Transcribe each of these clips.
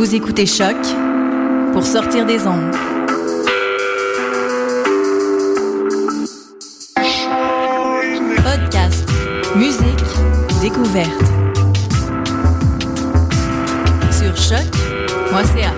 Vous écoutez Choc pour sortir des ondes. Podcast, musique, découverte. Sur choc.ca.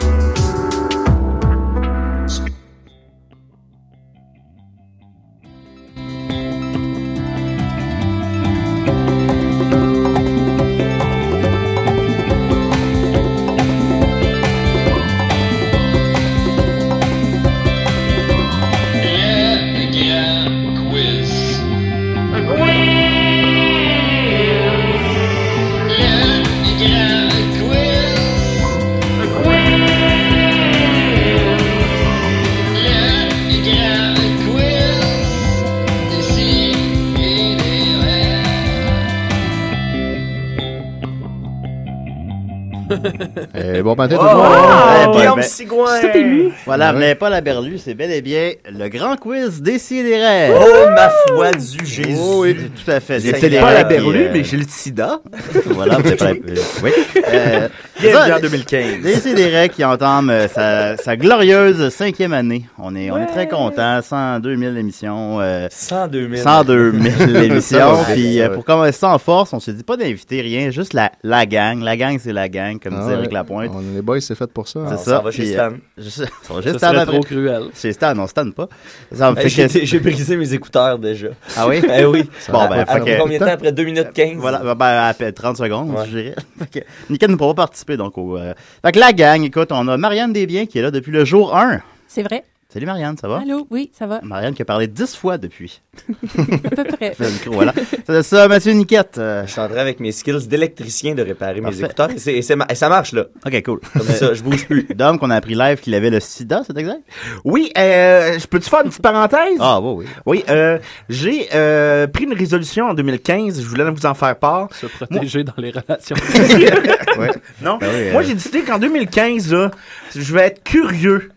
Bon matin tout le monde! Guillaume Sigouin! C'est ému. Voilà, vous n'avez pas la berlue, c'est bel et bien le grand quiz Décidérez. Oh, ma foi du Jésus! Oh, oui, tout à fait. C'est pas la berlue, mais j'ai le sida. Voilà, vous n'avez pas la... Oui. Bienvenue en 2015. Décidérez qui entame sa glorieuse 5e année. On est très contents. 102 000 émissions. 102 000. 102 000 émissions. Puis pour commencer ça en force, on se dit pas d'inviter rien, juste la gang. La gang, c'est la gang, comme disait Eric Lapointe. Les boys, c'est fait pour ça. C'est hein. ça. Ça va chez Stan. Ça va chez Ça Stan serait après. trop cruel. Chez Stan, on Stan pas. Ça me fait que... J'ai brisé mes écouteurs déjà. Ah oui? Eh oui. Bon, ben, fait Après que... combien de temps? Après 2 minutes 15? Voilà, après 30 secondes, Ouais. je dirais. Fait que Nickel ne pourra pas participer, donc Fait que la gang, écoute, on a Marianne Desbiens qui est là depuis le jour 1. C'est vrai. Salut Marianne, ça va? Allô? Oui, ça va. Marianne qui a parlé 10 fois depuis. À peu près. Le micro, voilà. C'est ça, Mathieu Niquette. Je suis en train avec mes skills d'électricien de réparer mes Parfait. écouteurs et ça marche là. OK, cool. Comme ça, je bouge plus. Dom, qu'on a appris live qu'il avait le sida, c'est exact? Oui, je peux-tu faire une petite parenthèse? Ah, oui. Oui, j'ai pris une résolution en 2015, je voulais vous en faire part. Se protéger dans les relations. Ouais. Non, Ben oui, moi j'ai décidé qu'en 2015, là, je vais être curieux.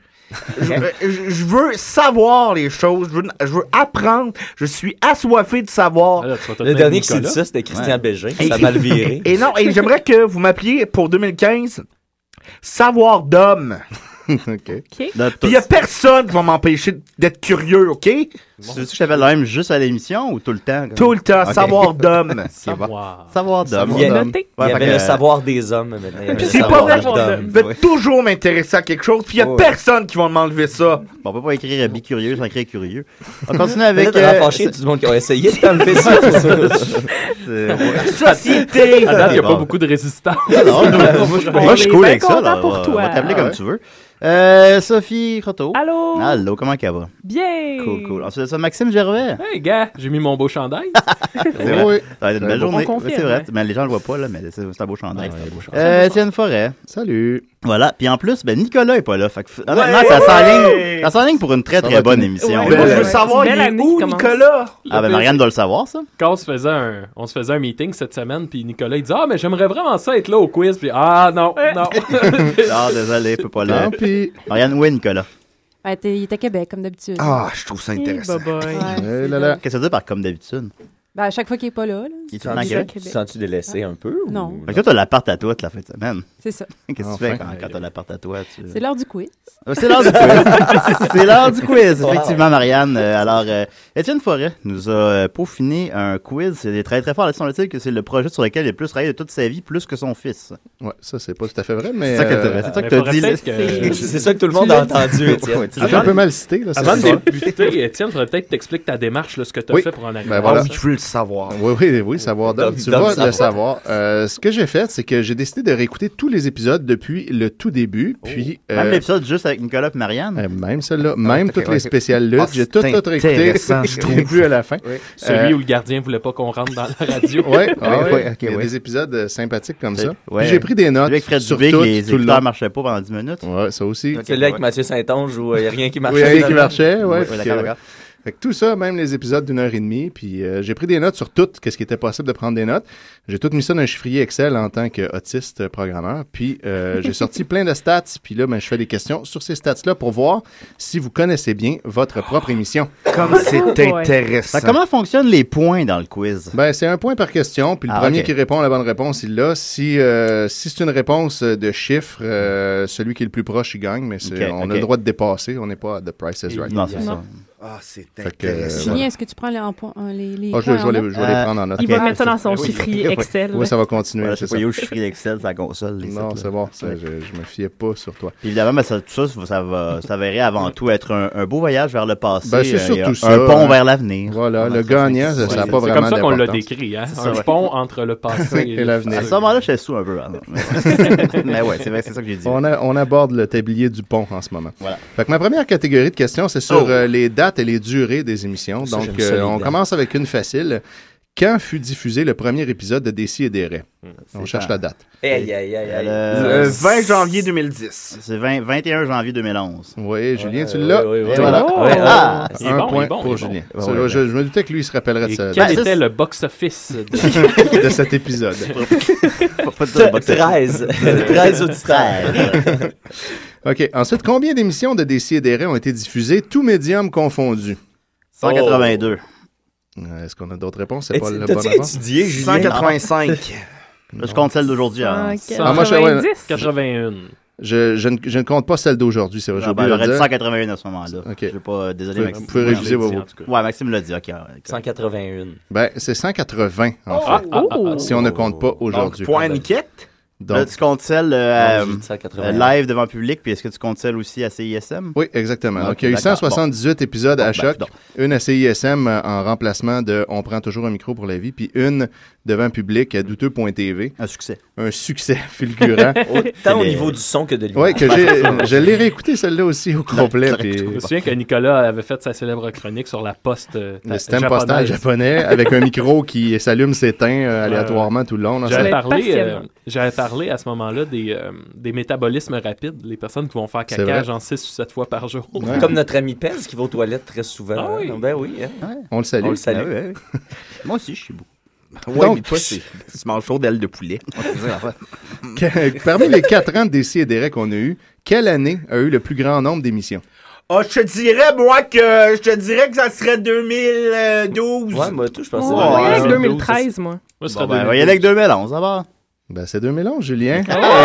Je veux savoir les choses, je veux apprendre, je suis assoiffé de savoir. Là, tu vas tout Le mettre dernier qui s'est Nicolas. dit ça, c'était Christian Ouais. Bégin. Et- Ça a mal viré. Et non, et j'aimerais que vous m'appeliez pour 2015 Savoir d'homme. OK. OK. Notre- Puis il y a personne qui va m'empêcher d'être curieux, OK? Tu veux que je t'appelle le même juste à l'émission ou tout le temps? comme? Tout le temps, Ok. Savoir d'homme. Savoir. Savoir d'homme. Il y a- Noté. Il y Ouais, avait fait le que- savoir des hommes maintenant. Il y avait le C'est pas savoir vrai, d'homme. je vais toujours m'intéresser à quelque chose, puis il y a Ouais. personne qui va m'enlever ça. Bon, on peut pas écrire bicurieux sans écrire curieux. On continue avec... Peut-être renfâché du monde qui a essayé de t'enlever ça. Société! À date, il n'y a Bon. pas beaucoup de résistance. Non, moi, je suis cool avec ça. content Là. pour On toi. va t'appeler Ah comme ouais. tu veux. Sophie Croteau. Allô? Allô, comment qu'elle va? Bien. Cool. Ensuite de ça, Maxime Gervais. Hey, gars, j'ai mis mon beau chandail. C'est vrai. Oui. Ça va être une belle On journée. confirme, Oui, c'est vrai. ouais. Mais les gens le voient pas, là, mais c'est un beau chandail. Ouais, c'est un beau chandail. Étienne Forêt. Salut. Voilà. Puis en plus, ben, Nicolas est pas là. Fait que, honnêtement, Ouais! ça s'enligne pour une très, Ça va très être bonne une- émission. Ouais, Ben, là. je veux ouais. savoir, C'est il une est belle année où, qui commence. Nicolas? Ah, ben, Marianne doit le savoir, ça. Quand on se faisait un meeting cette semaine, puis Nicolas, il dit « Ah, mais j'aimerais vraiment ça être là au quiz. » Puis « Ah, non, non. Ah, désolé, il peut pas là. Tant pis. Marianne, où est Nicolas? Ben, il est à Québec, comme d'habitude. Ah, je trouve ça intéressant. Ouais, Eh c'est là là. ça. Qu'est-ce que ça veut dire par comme d'habitude? Ben, à chaque fois qu'il est pas là. Il est Tu en Québec? te sens-tu délaissé un peu? Non. Fait que toi, t'as l'appart à toi toute la fin de semaine. C'est ça. Qu'est-ce que tu fais quand t'as l'appart à toi? C'est l'heure du quiz. C'est l'heure du quiz. C'est l'heure du quiz, effectivement, Marianne. Alors, Étienne Forêt nous a peaufiné un quiz. C'est très, très fort. Semble-t-il que c'est le projet sur lequel il a le plus travaillé de toute sa vie, plus que son fils. Ouais, ça, c'est pas tout à fait vrai, mais. C'est ça que t'as Mais dit. faudrait peut-être que- C'est ça que tout le monde a entendu, Étienne. J'ai un peu mal cité, là. Avant de c'est ça. débuter, Étienne, faudrait peut-être t'expliquer ta démarche, là, ce que tu as Oui. fait pour en arriver. Ben à voilà. Ah oui, je veux le savoir. Oui, savoir d'homme. Tu Dom vas savoir. le savoir. Ce que j'ai fait, c'est que j'ai décidé de réécouter tous les épisodes depuis le tout début. Puis, Même l'épisode juste avec Nicolas et Marianne. même celle-là, même ok, toutes ouais. les spéciales luttes, Ah, j'ai c'est tout réécouté intéressant, du je trouve. début à la fin. Celui où le gardien voulait pas qu'on rentre dans la radio. Ouais, ok, il y a ouais. des épisodes sympathiques comme ça. Ouais. Puis j'ai pris des notes Celui avec Fred sur Dubé, tout, les tout le écouteurs long. marchaient pas pendant 10 minutes. Ouais, ça aussi. Ok. Celui-là avec Mathieu Saint-Onge où il n'y a rien qui marchait. Oui, rien qui marchait, ouais. Oui, puis, d'accord, d'accord. Fait que tout ça, même les épisodes d'1h30, puis j'ai pris des notes sur tout, qu'est-ce qui était possible de prendre des notes. J'ai tout mis ça dans un chiffrier Excel en tant qu'autiste programmeur, puis j'ai sorti plein de stats, puis là, je fais des questions sur ces stats-là pour voir si vous connaissez bien votre propre émission. Comme c'est intéressant. Comment fonctionnent les points dans le quiz? Ben, c'est un point par question, puis le premier qui répond à la bonne réponse, il l'a. Si c'est une réponse de chiffres, celui qui est le plus proche, il gagne, mais on a le droit de dépasser, on n'est pas à The Price is Right. Non, c'est ça. Ah, c'est intéressant. Julien, est-ce que tu prends les points je vais les prendre en note. Il va mettre ça dans son chiffrier Excel. Oui, ça va continuer. Voilà, c'est pas le chiffrier Excel, c'est la console. Non, c'est bon. Je me fiais pas sur toi. Puis évidemment, tout ça va s'avérer avant tout être un beau voyage vers le passé. Ben, c'est surtout ça. Un pont vers l'avenir. Voilà, le gagnant, ça n'a pas vraiment d'importance. C'est comme ça qu'on l'a décrit, hein? Un pont entre le passé et l'avenir. À ce moment-là, je suis sous un peu. Mais ouais, c'est vrai, c'est ça que j'ai dit. On aborde le tablier du pont en ce moment. Voilà. Fait que ma première catégorie de questions, c'est sur les dates et les durées des émissions. Ça, donc, on commence avec une facile. Quand fut diffusé le premier épisode de Décis et des Raies? On cherche la date. Aïe. 20 janvier 2010. C'est 21 janvier 2011. Oui, Julien, tu l'as. Oui. Voilà. Il est Un bon, point il est bon, pour il est bon. Julien. Je me doutais que lui, il se rappellerait de Et ça. quel était le box-office de cet épisode? 13 auditeurs. OK. Ensuite, combien d'émissions de Décis et des Raies ont été diffusées, tous médiums confondus? 182. Est-ce qu'on a d'autres réponses? C'est pas la bonne T'as-tu réponse? étudié, Julien? 185. Là, je compte celle d'aujourd'hui. Hein. 90. 81. Je ne compte pas celle d'aujourd'hui, c'est vrai. J'ai oublié de J'aurais le dit dire. 181 à ce moment-là. OK. Je vais pas... Désolé, Vous Maxime. pouvez réviser vos en votes. tout cas. Ouais, Maxime l'a dit. OK. 181. Ben, c'est 180, en fait, si on ne compte pas aujourd'hui. Point Niquette. Là, Donc, tu comptes celle J'ai dit 181. live devant le public, puis est-ce que tu comptes celle aussi à CISM? oui, exactement. Ok, Donc, il y a eu d'accord. 178 épisodes à Choc, bon. une à CISM en remplacement de On prend toujours un micro pour la vie, puis une devant public à douteux.tv. Un succès. Un succès fulgurant. Autant au niveau du son que de l'image. Oui, que je l'ai réécouté celle-là aussi au complet. Puis Je me souviens que Nicolas avait fait sa célèbre chronique sur la poste le système postal japonais avec un micro qui s'allume, s'éteint aléatoirement tout le long. Non, J'avais ça- parlé à ce moment-là des métabolismes rapides, les personnes qui vont faire C'est caca vrai. genre 6 ou 7 fois par jour. Ouais. Comme notre ami Pez qui va aux toilettes très souvent. Ah oui. Ben oui. Hein. On le salue. On le salue. Ah oui, oui. Moi aussi, je suis beau. Ouais, Donc- mais toi, tu manges chaud d'ailes de poulet. Parmi les 4 ans de Décis et des Raies qu'on a eu, quelle année a eu le plus grand nombre d'émissions? Ah, je te dirais que ça serait 2012. Ouais, moi, tout, je pensais. Oh, Ouais, avec 2012, 2013, moi. Moi, ce Bon, serait ben, on va y aller avec 2011, ça va. Ben, c'est 2011, Julien.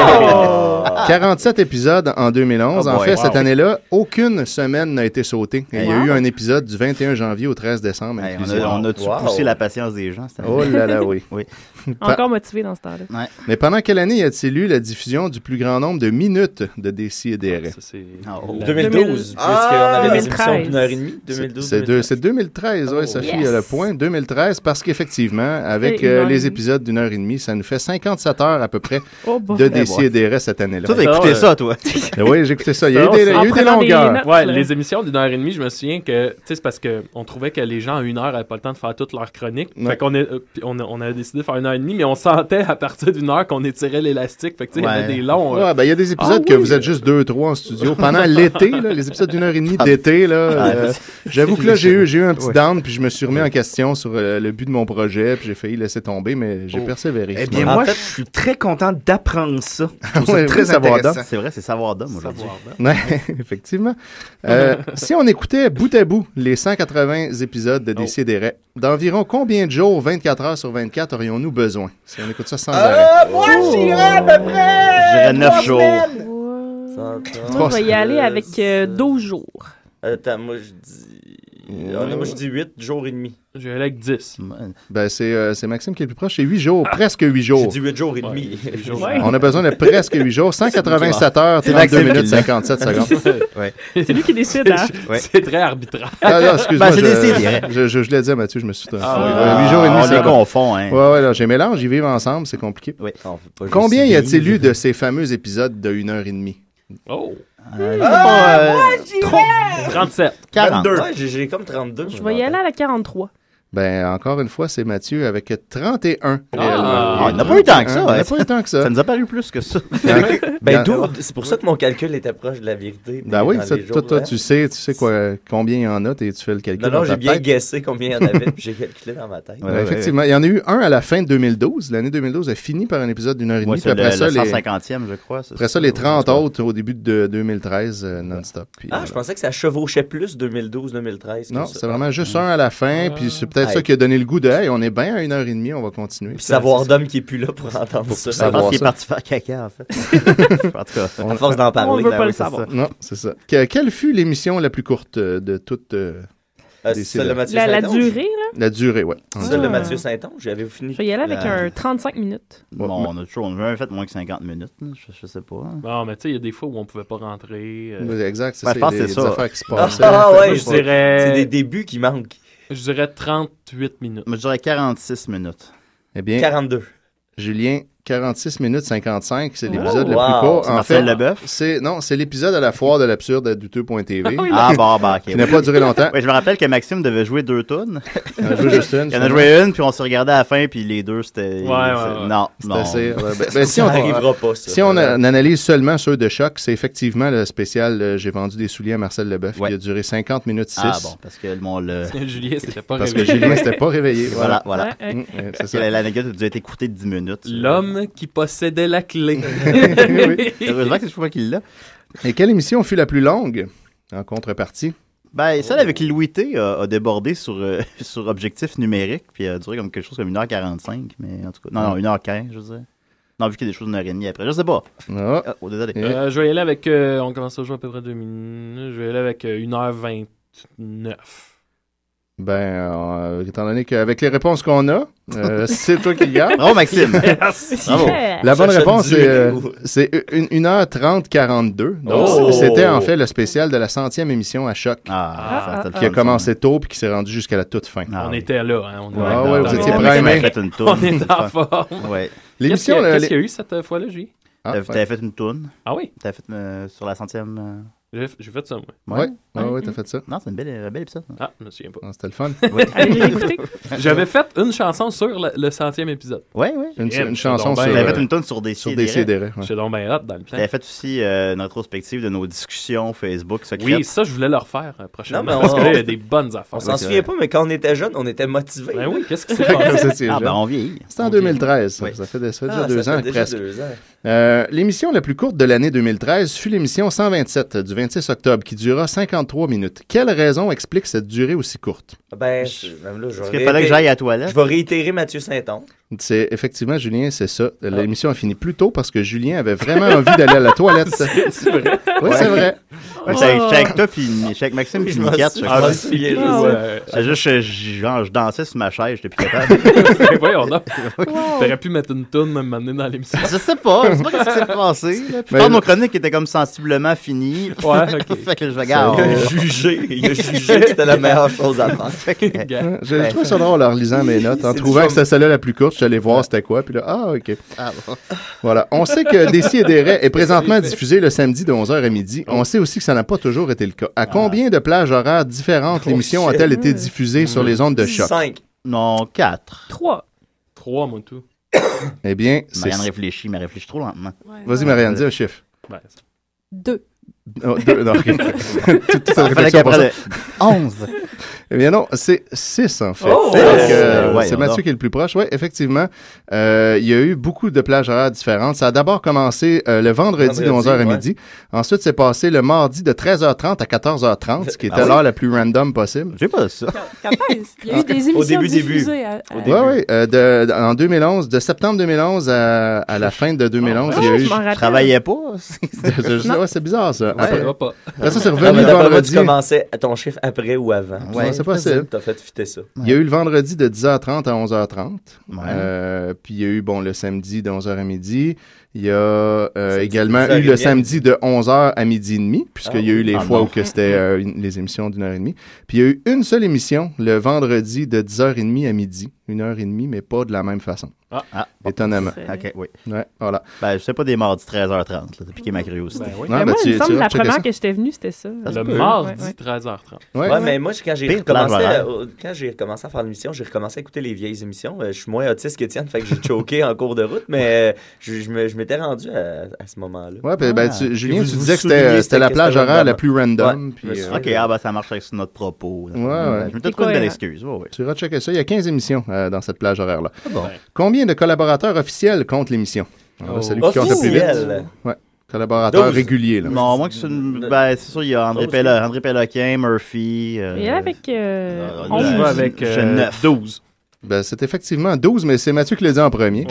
Oh! 47 épisodes en 2011. Oh en boy, fait, wow. cette année-là, aucune semaine n'a été sautée. Et il y a Wow. eu un épisode du 21 janvier au 13 décembre. Hey, inclusif. on a-tu Wow. poussé la patience des gens? cette année? Oh là là, oui. Oui. Encore motivé dans ce temps-là. Mais pendant quelle année y a-t-il eu la diffusion du plus grand nombre de minutes de Décis et des Raies? Ça, c'est Oh. la- 2012, puisqu'on avait des émissions 2013. d'une heure et demie. 2012. C'est 2013, oui, Sophie yes. a le point. 2013, parce qu'effectivement, avec Et une heure et les demie. épisodes d'une heure et demie, ça nous fait 57 heures à peu près Oh, bah. de Décis et des Raies cette année-là. Toi, t'as écouté ça, toi. Oui, j'ai écouté ça. Il y a eu Ça, des, c'est- il y a En eu des prenant des longueurs. notes. Ouais, là. les émissions d'une heure et demie, je me souviens que, tu sais, c'est parce qu'on trouvait que les gens en 1 heure n'avaient pas le temps de faire toute leur chronique. Ouais. Fait qu'on puis on a décidé de faire 1 heure et demie, mais on sentait à partir d'1 heure qu'on étirait l'élastique. Fait que, tu sais, il y avait Ouais. des longs. Ouais, ben, il y a des épisodes que vous êtes juste 2-3 en studio. Pendant l'été, là, les épisodes d'une heure et demie d'été, là, j'avoue que là, j'ai eu un petit down, puis je me suis remis en question sur le but de mon projet, puis j'ai failli laisser tomber, mais j'ai persévéré. Eh bien, En moi, fait- je suis très content d'apprendre ça. Je trouve ça Ouais, très oui, savoir intéressant. C'est vrai, c'est savoir d'homme aujourd'hui. Ouais, effectivement. Si on écoutait bout à bout les 180 épisodes de Décis et des Raies, d'environ combien de jours, 24 heures sur 24, aurions-nous besoin? Si on écoute ça sans arrêt. Moi, j'irais à peu près. Je dirais 9 jours. Moi, je vais y aller avec 12 jours. Attends, moi, je dis. Moi, je dis 8 jours et demi. J'ai allé avec 10. Ben, c'est Maxime qui est le plus proche. C'est 8 jours, presque 8 J'ai jours. dit 8 jours et demi. Ouais. On a besoin de presque 8 jours, 187 heures, C'est 32 Maxime minutes, qui l'a. 57 secondes. C'est lui qui décide, hein? Ouais. C'est très arbitraire. Ah, non, excuse-moi. Ben, c'est décidé. Je l'ai dit à Mathieu, je me suis trompé. Ah, Ouais, 8 jours et demi, on c'est les la bonne. confond, hein. Ouais, là, j'ai mélange, ils vivent ensemble, c'est compliqué. Oui. On fait pas juste Combien y a-t-il vivre. eu de ces fameux épisodes de 1h30? Oh! C'est pas, trop. 37. 40. 22. Ouais, j'ai comme 32. Je vais y aller à la 43. Ben, encore une fois, c'est Mathieu avec 31. On n'a pas eu tant que ça. On n'a pas eu tant que ça. Ça nous a paru plus que ça. Ben, c'est pour ça que mon calcul était proche de la vérité. Ben oui, dans ça, les jours, toi, hein. tu sais combien il y en a, et tu fais le calcul. Non, dans j'ai ta bien tête. guessé combien il y en avait, puis j'ai calculé dans ma tête. Ouais, effectivement. Il y en a eu un à la fin de 2012. L'année 2012 a fini par un épisode d'une heure et demie. Ouais, c'est puis après ça, le 150e, je crois. Après ça, les 30 autres au début de 2013, non-stop. Puis, je pensais que ça chevauchait plus 2012-2013. Non, c'est vraiment juste un à la fin, puis c'est peut-être Hey. ça qui a donné le goût de hey, on est bien à 1h30, on va continuer. Puis savoir d'homme qui est plus là pour entendre ça. Je pense qu'il est parti faire caca, en fait. En tout cas, à force d'en parler. On veut ben pas oui, le c'est savoir. ça. Non, c'est ça. Quelle fut l'émission la plus courte de toute C'est celle de Mathieu La Saint-Onge. durée, là? la durée, ouais. C'est celle de Mathieu Saint-Onge. J'avais fini. Je vais y aller avec un 35 minutes. Bon, on a jamais fait moins que 50 minutes. Là. Je sais pas. Hein. Bon, mais tu sais, il y a des fois où on pouvait pas rentrer. Exact, c'est Ouais, je pense que des c'est ça. affaires qui se passaient. Ah ouais, je dirais... c'est des débuts qui manquent. Je dirais 38 minutes. Moi, je dirais 46 minutes. Eh bien, 42. Julien, 46 minutes 55, c'est l'épisode le wow. plus court. C'est En Marcel fait, Leboeuf. c'est l'épisode à la foire de l'absurde à douteux.tv. Ah, bon, ok. Qui n'a pas duré longtemps. Ouais, je me rappelle que Maxime devait jouer 2 tunes. Il en a joué juste une. Il en a joué une, puis on s'est regardé à la fin, puis les deux, c'était... Ouais. Non, C'est non. assez. Ben, si Ça on, n'arrivera pas, ça. si on analyse seulement ceux de Choc, c'est effectivement le spécial J'ai vendu des souliers à Marcel Leboeuf Ouais. qui a duré 50 minutes 6. Ah bon, parce que le... Julien, c'était pas Parce que réveillé. Julien s'était pas réveillé. Voilà. Ouais, ouais. Ouais, c'est Parce que ça. l'anecdote a dû être écoutée de 10 minutes. L'homme qui possédait la clé. Oui. Heureusement que c'est pas qu'il l'a. Et quelle émission fut la plus longue en contrepartie? Ben, celle avec Louis T a débordé sur objectif numérique, puis a duré comme quelque chose comme 1h45, mais en tout cas... Non, 1h15, je veux dire. Non, vu qu'il y a des choses d'une heure et demie après. Je sais pas. Ah. Oh, désolé. Je vais y aller avec... on commence à jouer à peu près 2 minutes. Je vais y aller avec 1h29. Ben, étant donné qu'avec les réponses qu'on a, c'est toi qui gagne. Bravo, Maxime. Bravo. Yeah. La bonne Sacha réponse, Duré. c'est 1h30-42. Donc, Oh! c'était en fait le spécial de la 100e émission à Choc, qui a commencé tôt puis qui s'est rendu jusqu'à la toute fin. On était là. Hein, on était Ah dans- ouais, dans- vous étiez on- primés. fait une toune. On était en forme. Ouais. L'émission, Qu'est-ce qu'il y a eu cette fois-là, J? T'avais fait une toune. Ah oui? T'avais fait sur la 100e. J'ai fait ça, moi. Ouais, t'as fait ça. Non, c'est un bel épisode. Ah, je me souviens pas. Ah, c'était le fun. Allez l'écouter. J'avais fait une chanson sur le 100e épisode. Ouais. Une chanson donc sur, ben, T'avais fait une toune sur des sur des sidérés. Ouais. J'étais donc bien hot dans le plan. T'avais fait aussi une rétrospective de nos discussions Facebook secrètes. Oui, ça, je voulais le refaire prochainement. Non, mais parce que là, il y a des bonnes affaires. On s'en souvient pas, mais quand on était jeune, on était motivés. Ben oui, qu'est-ce qui s'est passé? Ah, ben on vieillit. C'était en 2013, ça. Oui. Ça fait déjà Ah, 2 ça ans fait déjà presque. 2 ans. L'émission la plus courte de l'année 2013 fut l'émission 127 du 26 octobre qui dura 53 minutes. Quelle raison explique cette durée aussi courte? Ben, même là, Est-ce qu'il fallait que j'aille à la toilette? Je vais réitérer Mathieu Saint-Onge. C'est effectivement, Julien, c'est ça. L'émission a fini plus tôt parce que Julien avait vraiment envie d'aller à la toilette. C'est vrai? Oui, c'est vrai. Ouais, j'étais avec toi, puis j'étais avec Maxime, puis Je m'en Nikat. souviens. Ah, m'en je souviens, sais. je sais. C'est juste, je dansais sur ma chaise, j'étais plus capable. Voyons donc. T'aurais pu mettre une toune même m'amener dans l'émission. Je sais pas ce qui s'est passé. Là. Puis Mais- je pense que mon chronique était comme sensiblement fini. Ouais, ok. Fait que je regarde. Il a jugé que c'était la meilleure chose à faire. Gars. J'ai trouvé ça drôle en lisant mes notes, en C'est trouvant du que c'était celle-là la plus courte. Je suis allé voir c'était quoi, puis là, ah, OK. Ah, bon. Voilà. On sait que Décideret est présentement diffusé le samedi de 11h à midi. On sait aussi que ça n'a pas toujours été le cas. À combien de plages horaires différentes l'émission shit. a-t-elle été diffusée sur les ondes de Choc? 5. Non, 4. 3. 3, moi, tout. Eh bien, c'est... Marianne réfléchit, mais elle réfléchit trop lentement. Vas-y, Marianne, dis un chiffre. Ben, 2. Oh, 2, non, OK. Toute cette Il fallait réflexion pour ça. qu'après 11. Eh bien non, c'est 6 en fait. Oh! Donc, Ouais, c'est on Mathieu dort. qui est le plus proche. Oui, effectivement. Il y a eu beaucoup de plages horaires différentes. Ça a d'abord commencé le vendredi de 11h à ouais. midi. Ensuite, c'est passé le mardi de 13h30 à 14h30, ce qui était Ah oui? l'heure la plus random possible. J'ai pas ça. Quand est-ce? Il y a eu des émissions Au début. diffusées à- Oui, oui. En 2011, de septembre 2011 à la fin de 2011, il y a eu... Je m'en Je rappelle. travaillais pas. Ouais, c'est bizarre, ça. ça Après, va pas. après ça, c'est Non, revenu mais le d'après moi, vendredi. tu commençais à ton chiffre après ou avant. Ouais, c'est possible. T'as fait fitter ça. Il y a eu le vendredi de 10h30 à 11h30. Ouais. Puis il y a eu le samedi de 11h à midi. Il y a Samedi également de 10h30 eu le samedi de 11h à midi et demi, puisqu'il y a eu les Ah fois non. où que c'était les émissions d'1h30. Puis il y a eu une seule émission le vendredi de 10h30 à midi. 1h30, mais pas de la même façon. Étonnamment. OK, oui. Ouais, voilà. Ben, je sais pas des mardis 13h30. T'as piqué ma curiosité. Ben oui. Mais moi, il me semble que la première que j'étais venue, c'était ça. Le mardi 13h30. Ouais, mais moi, quand j'ai recommencé à faire l'émission, j'ai recommencé à écouter les vieilles émissions. Je suis moins autiste qu'Étienne, fait que j'ai choqué en cours de route, mais je m'étais rendu à ce moment-là. Ouais, Julien, tu disais que c'était la plage horaire la plus random. OK, ça marche avec notre propos. Ouais. Je me trouve une belle excuse. Tu iras checker ça. Il y a 15 émissions dans cette plage horaire-là. Combien de collaborateurs officiels compte l'émission? Celui qui compte le plus vite. Ouais. Collaborateurs réguliers. Là. Non, moi, c'est sûr, il y a André Péloquin, Murphy. Et avec. On joue avec 12. Ben, c'est effectivement 12, mais c'est Mathieu qui l'a dit en premier.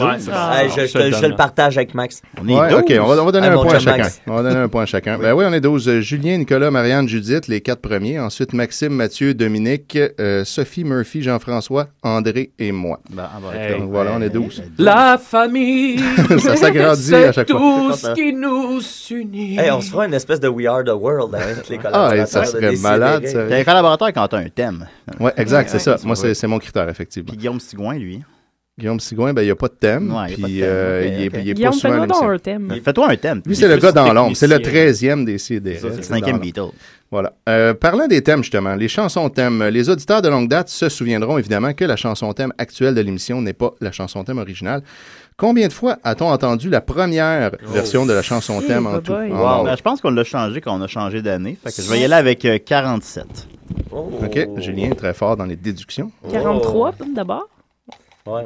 Je le partage avec Max. On est 12. OK, on va donner un point à chacun. On va donner un point à chacun. Ben oui, on est 12. Julien, Nicolas, Marianne, Judith, les 4 premiers. Ensuite, Maxime, Mathieu, Dominique, Sophie, Murphy, Jean-François, André et moi. Donc voilà, on est 12. La famille, ça s'agrandit à chaque fois. C'est tout ce qui nous unit. On se fera une espèce de We Are the World avec les collaborateurs. Ça serait malade. T'as un collaborateur quand t'as un thème. Oui, exact, c'est ça. Moi, c'est mon critère, effectivement. Guillaume Sigouin, lui. Guillaume Sigouin, ben, il n'y a pas de thème. Ouais, puis, il est pas souvent à l'émission. Un thème. Fais-toi un thème. Lui, c'est le gars dans l'ombre. C'est le 13e des CDR. C'est le 5e Beatle. Voilà. Parlant des thèmes, justement, les chansons thèmes, les auditeurs de longue date se souviendront évidemment que la chanson thème actuelle de l'émission n'est pas la chanson thème originale. Combien de fois a-t-on entendu la première version de la chanson thème en tout? Je pense qu'on l'a changé quand on a changé d'année. Fait que je vais y aller avec 47. OK. Julien est très fort dans les déductions. 43, d'abord. Ouais,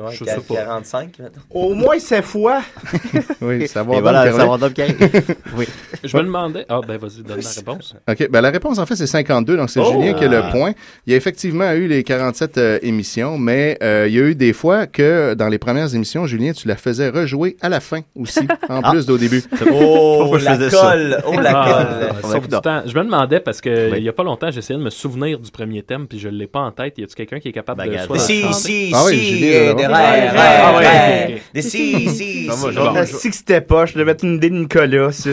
45 maintenant. Au moins 7 fois. Oui, savoir d'homme qui arrive. Oui. Je me demandais... vas-y, donne la réponse. OK, la réponse, en fait, c'est 52, donc c'est Julien qui a le point. Il y a effectivement eu les 47 émissions, mais il y a eu des fois que, dans les premières émissions, Julien, tu la faisais rejouer à la fin aussi, en plus d'au début. La colle! Sauf du temps. Je me demandais, parce que il y a pas longtemps, j'essayais de me souvenir du premier thème, puis je l'ai pas en tête. Y a-tu quelqu'un qui est capable de... Si, des rêves. Si c'était pas, je devais être une idée de Nicolas, ça.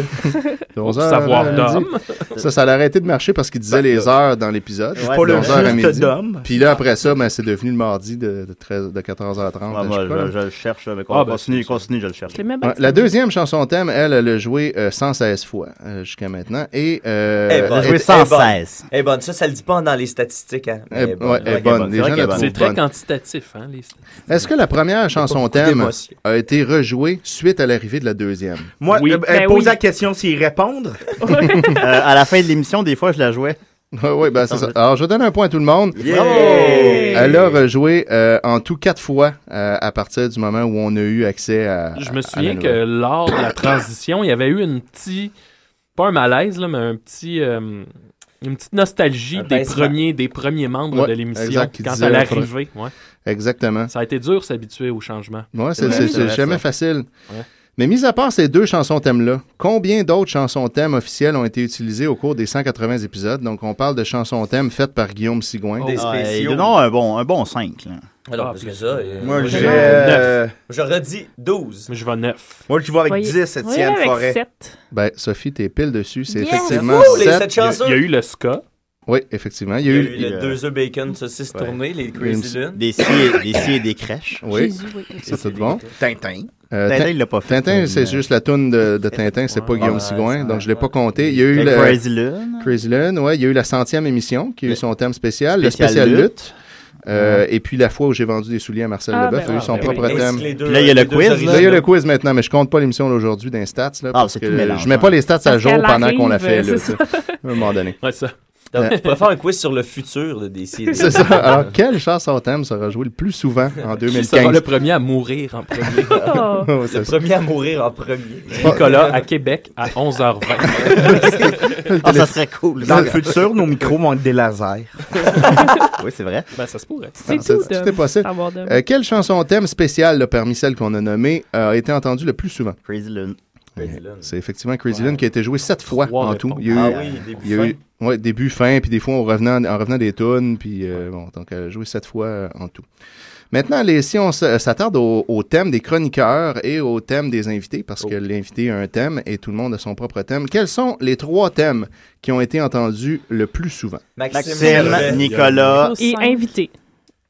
Savoir d'homme. Ça a arrêté de marcher parce qu'il disait les heures dans l'épisode. Je suis pas le juste d'homme. Puis là, après ça, c'est devenu le mardi de 14h30. Moi, je le cherche, mais continue, je le cherche. La deuxième chanson thème, elle a joué 116 fois jusqu'à maintenant. Et elle a joué 116. Elle est bonne. Ça le dit pas dans les statistiques. Elle est bonne. C'est très quantitatif, hein, les statistiques. Est-ce que la première chanson thème a été rejouée suite à l'arrivée de la deuxième? Moi, pose la question s'ils répondent. À la fin de l'émission, des fois, je la jouais. Oui, c'est ça. Alors, je donne un point à tout le monde. Elle a rejoué en tout 4 fois à partir du moment où on a eu accès à. Je me souviens que lors de la transition, il y avait eu pas un malaise, là, mais une petite nostalgie des premiers membres de l'émission quand elle est arrivée. Exactement. Ça a été dur de s'habituer au changement. Oui, c'est jamais facile. Ouais. Mais mis à part ces 2 chansons thèmes-là, combien d'autres chansons thèmes officielles ont été utilisées au cours des 180 épisodes? Donc, on parle de chansons thèmes faites par Guillaume Sigouin. Des spéciaux. Non, un bon 5. Là. Alors, plus que ça. Moi, je j'aurais dit 12. Mais je vais 9. Moi, je vais avec 10, Étienne Forêt. 7. Sophie, t'es pile dessus. C'est effectivement 7. Il y a eu le ska. Oui, effectivement. Il y a eu les 2 œufs bacon saucisses tournées, les Crazy Lune. Des scies et des crèches. Oui, c'est tout bon. Tintin. Tintin, il l'a pas fait. Tintin, c'est juste la toune de Tintin, c'est pas Guillaume Sigouin, donc je l'ai pas compté. Il y a eu Crazy Lune. Crazy Lune, ouais. Il y a eu la 100e émission, qui a eu son thème spécial, le spécial lutte. Et puis la fois où j'ai vendu des souliers à Marcel Leboeuf, il a eu son propre thème. Là, il y a le quiz. Là, il y a le quiz maintenant, mais je compte pas l'émission d'aujourd'hui d'un stats, là, parce que je mets pas les stats à jour pendant qu'on la fait, là, à un moment donné. Ouais, ça. Donc, on pourrait faire un quiz sur le futur de DC. C'est ça. Alors, quelle chanson thème sera jouée le plus souvent en 2015? Qui sera le premier à mourir en premier? Le premier à mourir en premier. Nicolas, à Québec, à 11h20. Ça serait cool. Dans le futur, nos micros vont être des lasers. Oui, c'est vrai. Ça se pourrait. C'est tout est possible. Quelle chanson thème spéciale, parmi celles qu'on a nommées, a été entendue le plus souvent? Crazy Lune. C'est effectivement Crazy Lune qui a été joué 7 fois en tout. Il y a eu, début, fin, puis des fois en revenant des tunes, puis donc elle a joué 7 fois en tout. Maintenant, si on s'attarde au thème des chroniqueurs et au thème des invités, parce que l'invité a un thème et tout le monde a son propre thème, quels sont les 3 thèmes qui ont été entendus le plus souvent? Maxime, Nicolas et invité.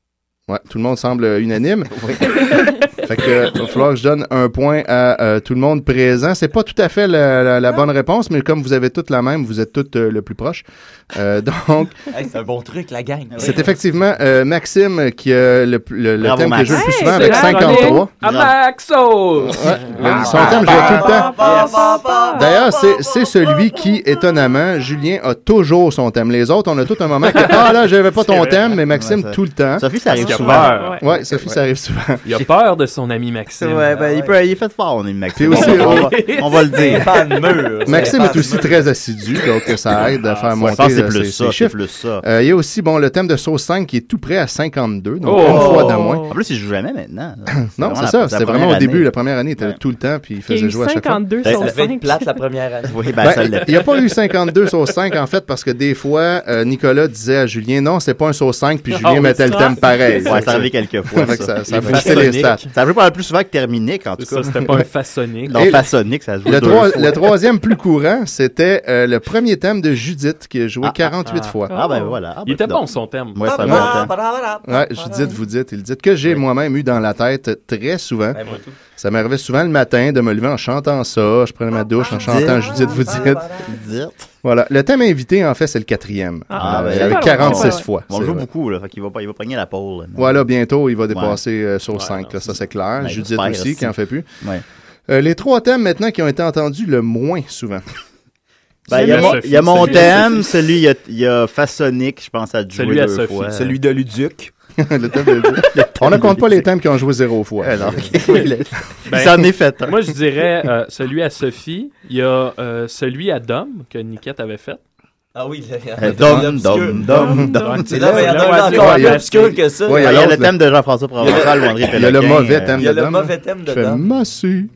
Ouais, tout le monde semble unanime. Fait que il va falloir que je donne un point à tout le monde présent. C'est pas tout à fait la bonne réponse, mais comme vous avez toutes la même, vous êtes toutes le plus proche. Donc, c'est un bon truc, la gang. C'est effectivement Maxime qui a le thème que je joue le plus souvent avec c'est 53. À Maxo! Son thème, je joue tout le temps. D'ailleurs, c'est celui qui, étonnamment, Julien a toujours son thème. Les autres, on a tout un moment que, là, j'avais pas ton thème, mais Maxime, tout le temps. Sophie, ça arrive souvent. Ouais, Sophie, ça arrive souvent. Il a peur de son ami Maxime. Ouais, il est fait fort, on est Maxime. Aussi, on va le dire. Maxime est aussi très assidu, donc ça aide à faire monter ses chiffres. Il y a aussi, le thème de Sauce 5 qui est tout près à 52, donc une fois de moins. En plus, il joue jamais maintenant. Non, c'est ça. C'était vraiment au début, la première année, il était tout le temps, puis il faisait jouer à chaque fois. 52 Ça Sauce devait 5. être plate la première année. Oui, il n'y a pas eu 52 Sauce 5, en fait, parce que des fois, Nicolas disait à Julien, non, c'est pas un Sauce 5, puis Julien mettait le thème pareil. Ouais, ça arrivait quelques fois. Ça a boosté les stats. Ça joue pas plus souvent que Terminique, en tout cas. Ça, c'était pas un façonnique. Non, façonnique, ça joue deux fois. Le troisième plus courant, c'était le premier thème de Judith, qui a joué 48 fois. Ah, ben voilà. Il était bon, son thème. Ouais, c'est un bon thème. Ouais, Judith, vous dites, il dit que j'ai moi-même eu dans la tête très souvent. Ça m'arrivait souvent le matin de me lever en chantant ça. Je prenais ma douche en chantant Judith, vous dites. Voilà. Le thème invité, en fait, c'est le quatrième. Avec 46 fois. On le joue beaucoup, là. Fait qu'il va pogner la pole. Voilà, bientôt, il va dépasser sur 5. Là, ça, c'est clair. Judith aussi, qui en fait plus. Les trois thèmes, maintenant, qui ont été entendus le moins souvent. Il y a mon thème, celui, il y a Façonique, je pense, à jouer deux fois. Celui de Luduc. Le thème de on ne compte pas les thèmes qui ont joué 0 fois. Ça en est fait. Moi, je dirais celui à Sophie. Il y a celui à Dom, que Niquette avait fait. Ah oui, Dom. C'est là, il y en a encore plus obscur que ça. Il y a le thème de Jean-François Provençal ou André Péloquin. Il y a le mauvais thème de Dom. Il y a le mauvais thème de Dom. Massu.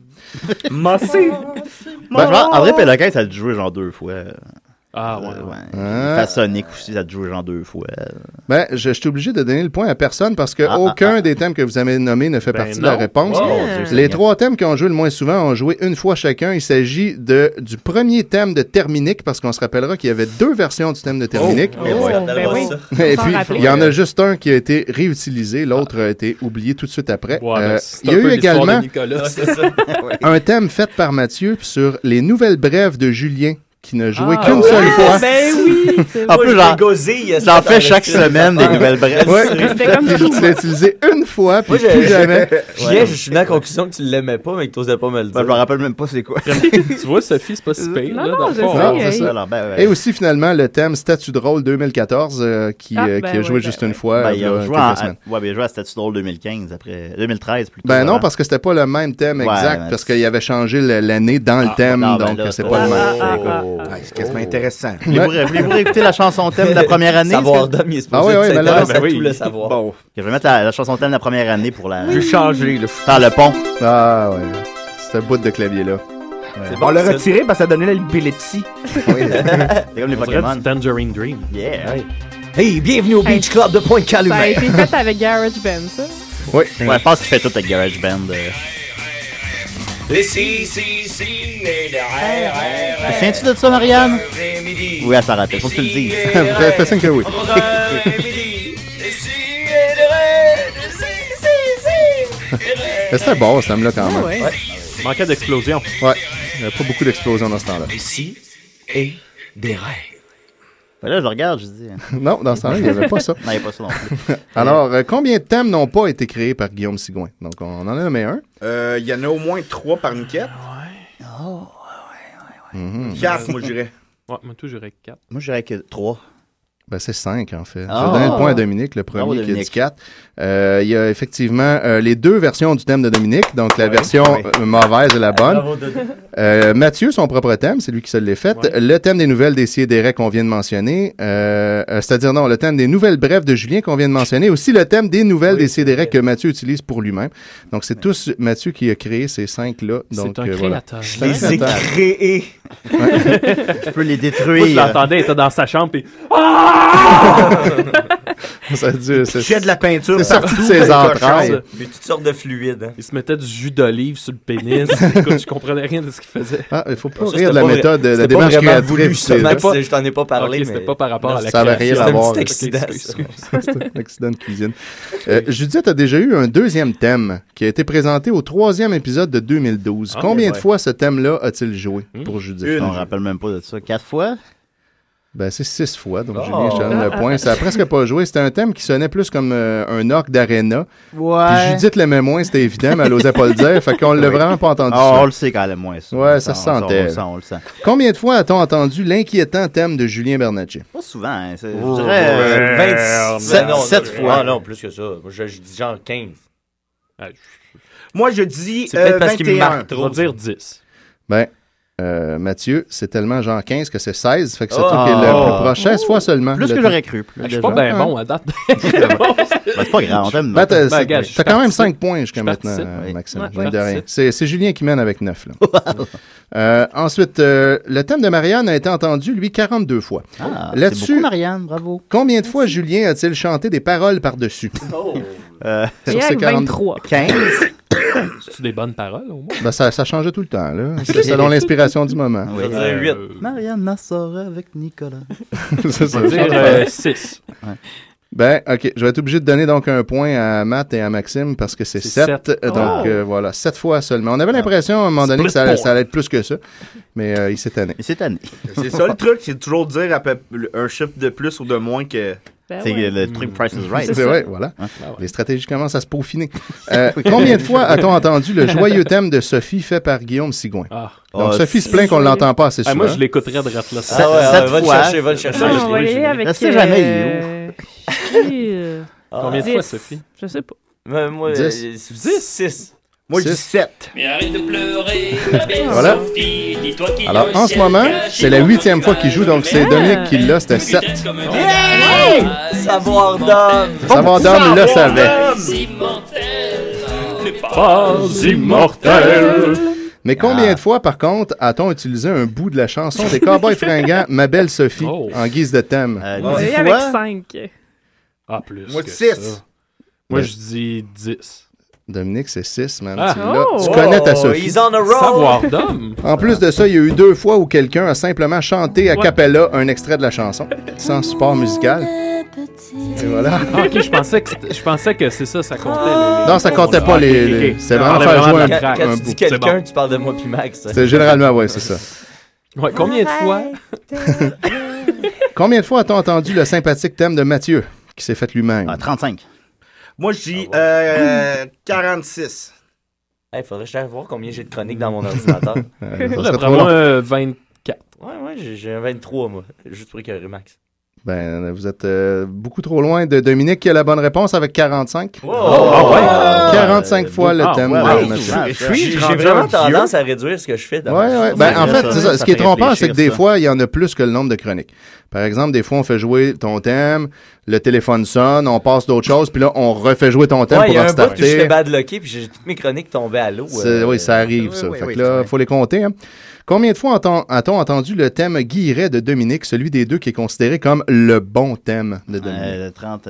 André Péloquin, ça a dû jouer genre 2 fois. Ah, ouais. Façonnique aussi, ça a dû jouer genre 2 fois. Ben, je suis obligé de donner le point à personne parce que aucun des thèmes que vous avez nommés ne fait partie de la réponse. Les trois thèmes qui ont joué le moins souvent ont joué une fois chacun. Il s'agit du premier thème de Terminique, parce qu'on se rappellera qu'il y avait 2 versions du thème de Terminique. Et puis, il y en a juste un qui a été réutilisé, l'autre a été oublié tout de suite après. Il y a eu également un thème fait par Mathieu sur les nouvelles brèves de Julien, qui n'a joué qu'une seule fois. Ben oui! En plus, j'en fais chaque semaine des nouvelles brèves. C'était comme tu l'as utilisé une fois, puis plus jamais. Je suis venu à la conclusion que tu l'aimais pas, mais que tu n'osais pas me le dire. Je me rappelle même pas c'est quoi. Tu vois, Sophie, c'est pas si pire, là, dans le fond. C'est ça. Et aussi, finalement, le thème Statut drôle 2014, qui a joué juste une fois. Il a joué à Statut drôle 2015, après 2013 plutôt. Ben non, parce que c'était pas le même thème exact, parce qu'il avait changé l'année dans le thème, donc c'est pas le même. C'est quasiment intéressant. Voulez-vous réécouter la chanson thème de la première année? Savoir d'homme, il est supposé tout le savoir. Bon. Je vais mettre la chanson thème de la première année pour la... J'ai changé, là. Faire le pont. Ah ouais. C'est un bout de clavier-là. On l'a retiré parce que ça donnait l'épilepsie. C'est comme les Pokémon. Tangerine Dream. Yeah. Hey, bienvenue au Beach Club de Pointe-Calumet. Ça a été fait avec Garage Band, ça? Oui. Ouais, je pense qu'il fait tout avec Garage Band. Les Te souviens-tu de ça, Marianne? Oui, elle s'en rappelle. Faut que tu le dises. Fais signe que oui. C'était bon, ce thème-là, quand même. Ouais. Manquait d'explosion. Ouais. Il n'y avait pas beaucoup d'explosions dans ce temps-là. Ici et des rêves. Ben là, je le regarde, je dis. Non, dans ce temps-là, il n'y avait pas ça. Non, il n'y a pas ça non plus. Alors, combien de thèmes n'ont pas été créés par Guillaume Sigouin? Donc, on en a nommé un. Il y en a au moins 3 par Niquette. Ouais. 4, moi, je dirais. Ouais, moi, tout, j'aurais 4. Moi, je dirais que 3. Ben, c'est 5, en fait. Je vais donner le point à Dominique, le premier qui a dit 4. Il y a effectivement les 2 versions du thème de Dominique, donc la version mauvaise et la bonne. Mathieu, son propre thème, c'est lui qui se l'est fait. Ouais. Le thème des nouvelles des Sidérés qu'on vient de mentionner, c'est-à-dire, non, le thème des nouvelles brèves de Julien qu'on vient de mentionner, aussi le thème des nouvelles des Sidérés que Mathieu utilise pour lui-même. Donc, c'est tous Mathieu qui a créé ces 5-là. C'est un créateur. Je les ai créés. Je peux les détruire. Moi, je l'entendais, il était dans sa chambre, puis... Ça a dû... J'ai de la peinture. C'est sorti de ses entrailles. Puis toutes sortes de fluides. Hein. Il se mettait du jus d'olive sur le pénis. Écoute, je comprenais rien de ce qu'il faisait. Ah, il faut pas rire de la méthode, de la démarche créatrice. Je t'en ai pas parlé, mais... C'était pas par rapport à la ça avait rien à voir. C'était un un accident de cuisine. Judith a déjà eu un deuxième thème qui a été présenté au 3e épisode de 2012. Combien de fois ce thème-là a-t-il joué pour Judith? On ne rappelle même pas de ça. 4 fois? Ben, c'est 6 fois, donc Julien, je te donne le point. Ça a presque pas joué. C'était un thème qui sonnait plus comme un orgue d'aréna. Ouais. Puis Judith l'aimait moins, c'était évident, mais elle osait pas le dire. Fait qu'on l'a vraiment pas entendu. On le sait quand même moins, ça. Ouais, ça se sentait. On le sent. Combien de fois a-t-on entendu l'inquiétant thème de Julien Bernatchez? Pas souvent, hein. Je dirais 27 fois. Ah non, plus que ça. Je dis genre 15. Moi, je dis c'est peut-être parce qu'il me marque trop. Je vais dire 10. Ben, Mathieu, c'est tellement genre 15 que c'est 16. Fait que c'est toi qui est le plus proche. 16 fois seulement. Plus que j'aurais cru. Je suis pas bien bon à date. C'est pas grave, on t'aime. T'as quand même 5 points jusqu'à maintenant, Maxime. De rien. C'est Julien qui mène avec 9. Là. Ensuite, le thème de Marianne a été entendu, lui, 42 fois. C'est beaucoup, Marianne, bravo. Combien de fois Julien a-t-il chanté des paroles par-dessus? Sur ces 23. 15. C'est-tu des bonnes paroles, au moins? Ben, ça changeait tout le temps, là. C'est selon l'inspiration du moment. Je vais dire 8. Marianne Nassara avec Nicolas. C'est ça. Je vais dire 6. Ben, OK. Je vais être obligé de donner donc un point à Matt et à Maxime parce que c'est 7. Donc, voilà, 7 fois seulement. On avait l'impression, à un moment donné, que ça allait être plus que ça. Mais il s'est tanné. C'est ça le truc, c'est toujours dire un chiffre de plus ou de moins que... C'est le truc Price is Right. C'est vrai, voilà. Les stratégies commencent à se peaufiner. Combien de fois a-t-on entendu le joyeux thème de Sophie fait par Guillaume Sigouin? Donc, Sophie se plaint qu'on ne l'entend pas assez souvent. Moi, je l'écouterais de rate là. 7 fois. Va le chercher. On va y aller avec... Restez jamais. Combien de fois, Sophie? Je sais pas. Moi, 6. Moi, je dis 7. Mais arrête de pleurer, ma belle Voilà. Sophie, dis-toi qu'il Alors, en ce moment, c'est la 8e fois qu'il joue, donc c'est Dominique qui l'a, c'était 7. Savoir d'homme. Savoir d'homme le savait. Pas immortel. Mais combien de fois, par contre, a-t-on utilisé un bout de la chanson des Cowboys fringants, Ma belle Sophie, en guise de thème? On va y aller avec 5. Ah, plus. Moi, que 6. ça. Moi, je dis 10. Dominique, c'est 6, man. Ah. Tu connais ta Sophie. He's on a roll. Savoir d'homme. En plus de ça, il y a eu 2 fois où quelqu'un a simplement chanté a cappella un extrait de la chanson, sans support musical. Et voilà. Ah, ok, je pensais que c'est ça, ça comptait. Non, ça comptait pas les... C'était vraiment faire jouer un Quand tu bout. dis quelqu'un, tu parles de moi puis Max. C'était généralement, ouais, c'est ça. Ouais, combien de fois? Combien de fois a-t-on entendu le sympathique thème de Mathieu, qui s'est fait lui-même? 35. Moi, je dis 46. Il faudrait que je aille voir combien j'ai de chroniques dans mon ordinateur. D'après moi, 24. Ouais, j'ai un 23, moi. Juste pour écœurer Max. Ben, vous êtes beaucoup trop loin de Dominique qui a la bonne réponse avec 45. Oh, 45 fois le thème de Mathieu. J'ai vraiment tendance à réduire ce que je fais. Ouais. Ben, en fait, ce qui est trompant, c'est que des fois, il y en a plus que le nombre de chroniques. Par exemple, des fois, on fait jouer ton thème, le téléphone sonne, on passe d'autres choses, puis là, on refait jouer ton thème pour restarter. Il y a un bout où je fais badlocker, puis j'ai toutes mes chroniques tombées à l'eau. Oui, ça arrive, ça. Fait que là, il faut les compter. Hein. Combien de fois a-t-on entendu le thème Guilleret de Dominique, celui des deux qui est considéré comme le bon thème de Dominique? 30,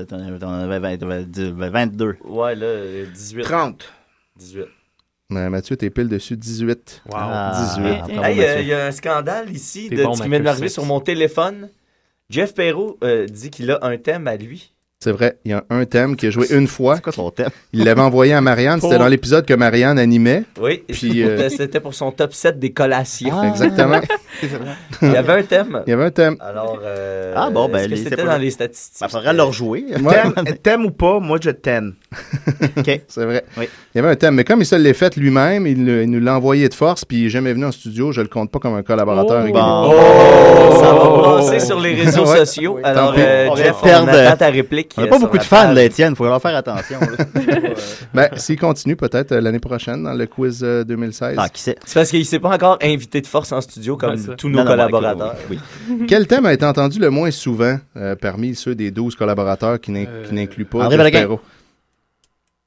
22. Ouais, là, 18. 30. 18. Mathieu, t'es pile dessus, 18. Wow. 18. Il y a un scandale ici de ce qui m'est arrivé sur mon téléphone. Jeff Perrault dit qu'il a un thème à lui. C'est vrai, il y a un thème qui a joué une fois. C'est quoi son thème? Il l'avait envoyé à Marianne. C'était dans l'épisode que Marianne animait. Oui, puis, c'était pour son top 7 des collations. Exactement. Il y avait un thème. Il y avait un thème. Alors, est-ce que c'était dans les statistiques? Il faudrait le rejouer. Thème ou pas, moi je t'aime. OK. C'est vrai. Oui. Il y avait un thème, mais comme il se l'est fait lui-même, il nous l'a envoyé de force, puis il n'est jamais venu en studio. Je le compte pas comme un collaborateur régulier. Ça va passer sur les réseaux sociaux. Alors, Jeff, on attend ta réplique. On n'a pas beaucoup de fans, là, Étienne. Il faut leur faire attention. Ben, s'il continue peut-être l'année prochaine dans le quiz 2016. Ah, qui sait? C'est parce qu'il ne s'est pas encore invité de force en studio comme tous nos collaborateurs. Oui. Quel thème a été entendu le moins souvent parmi ceux des 12 collaborateurs qui n'incluent pas André Jeff Perrault?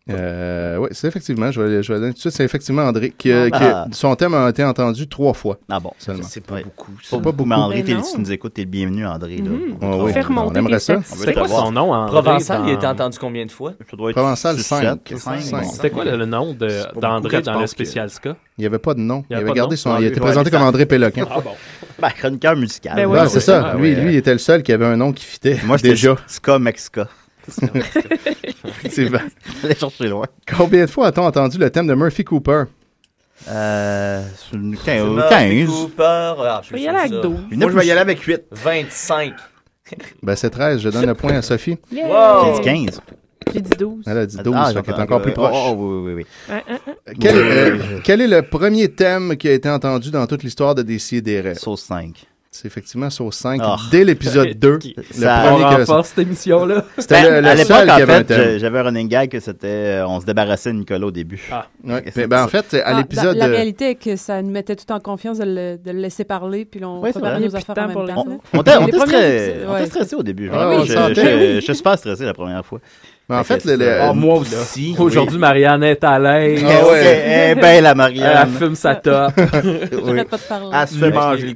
Oui, c'est effectivement, je vais le donner tout de suite, c'est effectivement André, son thème a été entendu 3 fois. Ah bon, seulement. C'est pas beaucoup. Pas beaucoup. Mais André, si tu nous écoutes, t'es le bienvenu, André. Là. Oui, on aimerait ça. C'était quoi son nom, André? Provençal, il a été entendu combien de fois? Provençal, 5. C'était quoi le nom d'André dans le spécial ska? Il n'y avait pas de nom. Il avait gardé son. Il a été présenté comme André Péloquin. Ah bon. Ben, chroniqueur musical. Ben ouais, c'est ça. Lui, il était le seul qui avait un nom qui fitait. Moi, déjà. Ska Mexica. Effectivement. Allez chercher loin. Combien de fois a-t-on entendu le thème de Murphy Cooper? 15. Cooper. Je vais y aller avec 12. Moi, je vais y aller avec 8. 25. Ben, c'est 13. Je donne le point à Sophie. Yeah. Wow. J'ai dit 15. J'ai dit 12. Elle a dit 12, ça fait encore plus proche. Oh, oui. Quel est le premier thème qui a été entendu dans toute l'histoire de Décideret? Sauce 5. C'est effectivement Sauce 5. Dès l'épisode 2. On renforce cette émission-là. C'était le seul qui avait un thème. J'avais un running gag que c'était on se débarrassait de Nicolas au début. En fait, à l'épisode... La réalité est que ça nous mettait tout en confiance de le laisser parler, puis on préparait nos affaires en même temps. On était stressé au début. Je suis super stressé la première fois. Mais en fait, moi aussi. Aujourd'hui, Marianne est à l'aise. Ben la Marianne. Elle fume sa top. J'arrête pas de parler. Elle se fait manger.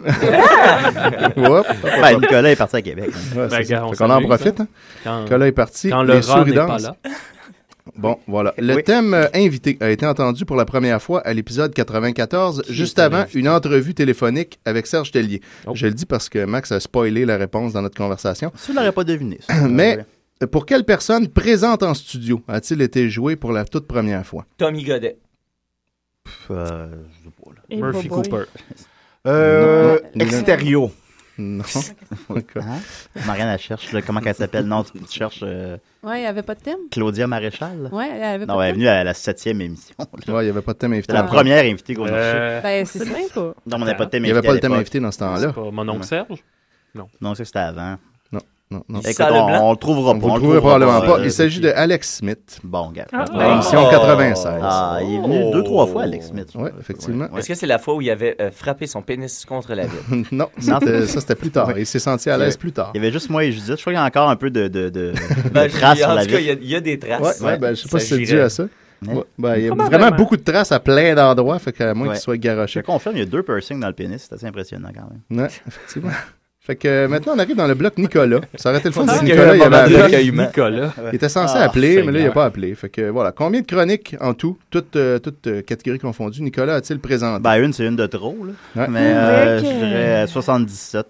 Nicolas est parti à Québec. On en profite. Nicolas est parti. Quand le rat n'est pas là. Bon, voilà. Le thème invité a été entendu pour la première fois à l'épisode 94, juste avant une entrevue téléphonique avec Serge Tellier. Je le dis parce que Max a spoilé la réponse dans notre conversation. Tu l'aurais pas deviné. Mais pour quelle personne présente en studio a-t-il été joué pour la toute première fois? Tommy Godet. Je sais pas, là. Murphy Cooper. Extérieur. Non. Marianne, elle cherche, là, comment elle s'appelle? Non, tu cherches... Ouais, il n'y avait pas de thème? Claudia Maréchal? Ouais, elle avait pas non, de elle est thème. venue à la 7e émission. Ouais, il n'y avait pas de thème invité. C'était la première invitée qu'on a reçue. Ben, c'est bien pas. Non, on n'avait pas de thème invité. Il n'y avait pas le thème invité dans ce temps-là. C'est pas mon oncle Serge? Non, ça c'était avant. Non. Écoute, on le trouvera pas. On le trouvera probablement pas. Il s'agit de Alex Smith. Bon, gars. L'émission 96. Il est venu 2-3 fois, Alex Smith. Oui, effectivement. Est-ce que c'est la fois où il avait frappé son pénis contre la vitre? Non, ça c'était plus tard. Il s'est senti à l'aise plus tard. Il y avait juste moi et Judith. Je crois qu'il y a encore un peu de traces sur la vitre. En tout cas, il y a des traces. Ouais, je sais pas si c'est dû à ça. Il y a vraiment beaucoup de traces à plein d'endroits, fait qu'à moins qu'il soit garoché. Je confirme, il y a 2 piercings dans le pénis. C'est assez impressionnant quand même. Ouais, effectivement. Fait que maintenant, on arrive dans le bloc Nicolas. Ça aurait été le fun si Nicolas, il avait appelé. Nicolas. Il était censé appeler, mais là, il n'a pas appelé. Fait que voilà. Combien de chroniques en tout, toutes catégories confondues, Nicolas a-t-il présenté? Ben, c'est une de trop, là. Ouais. Mais je dirais 77.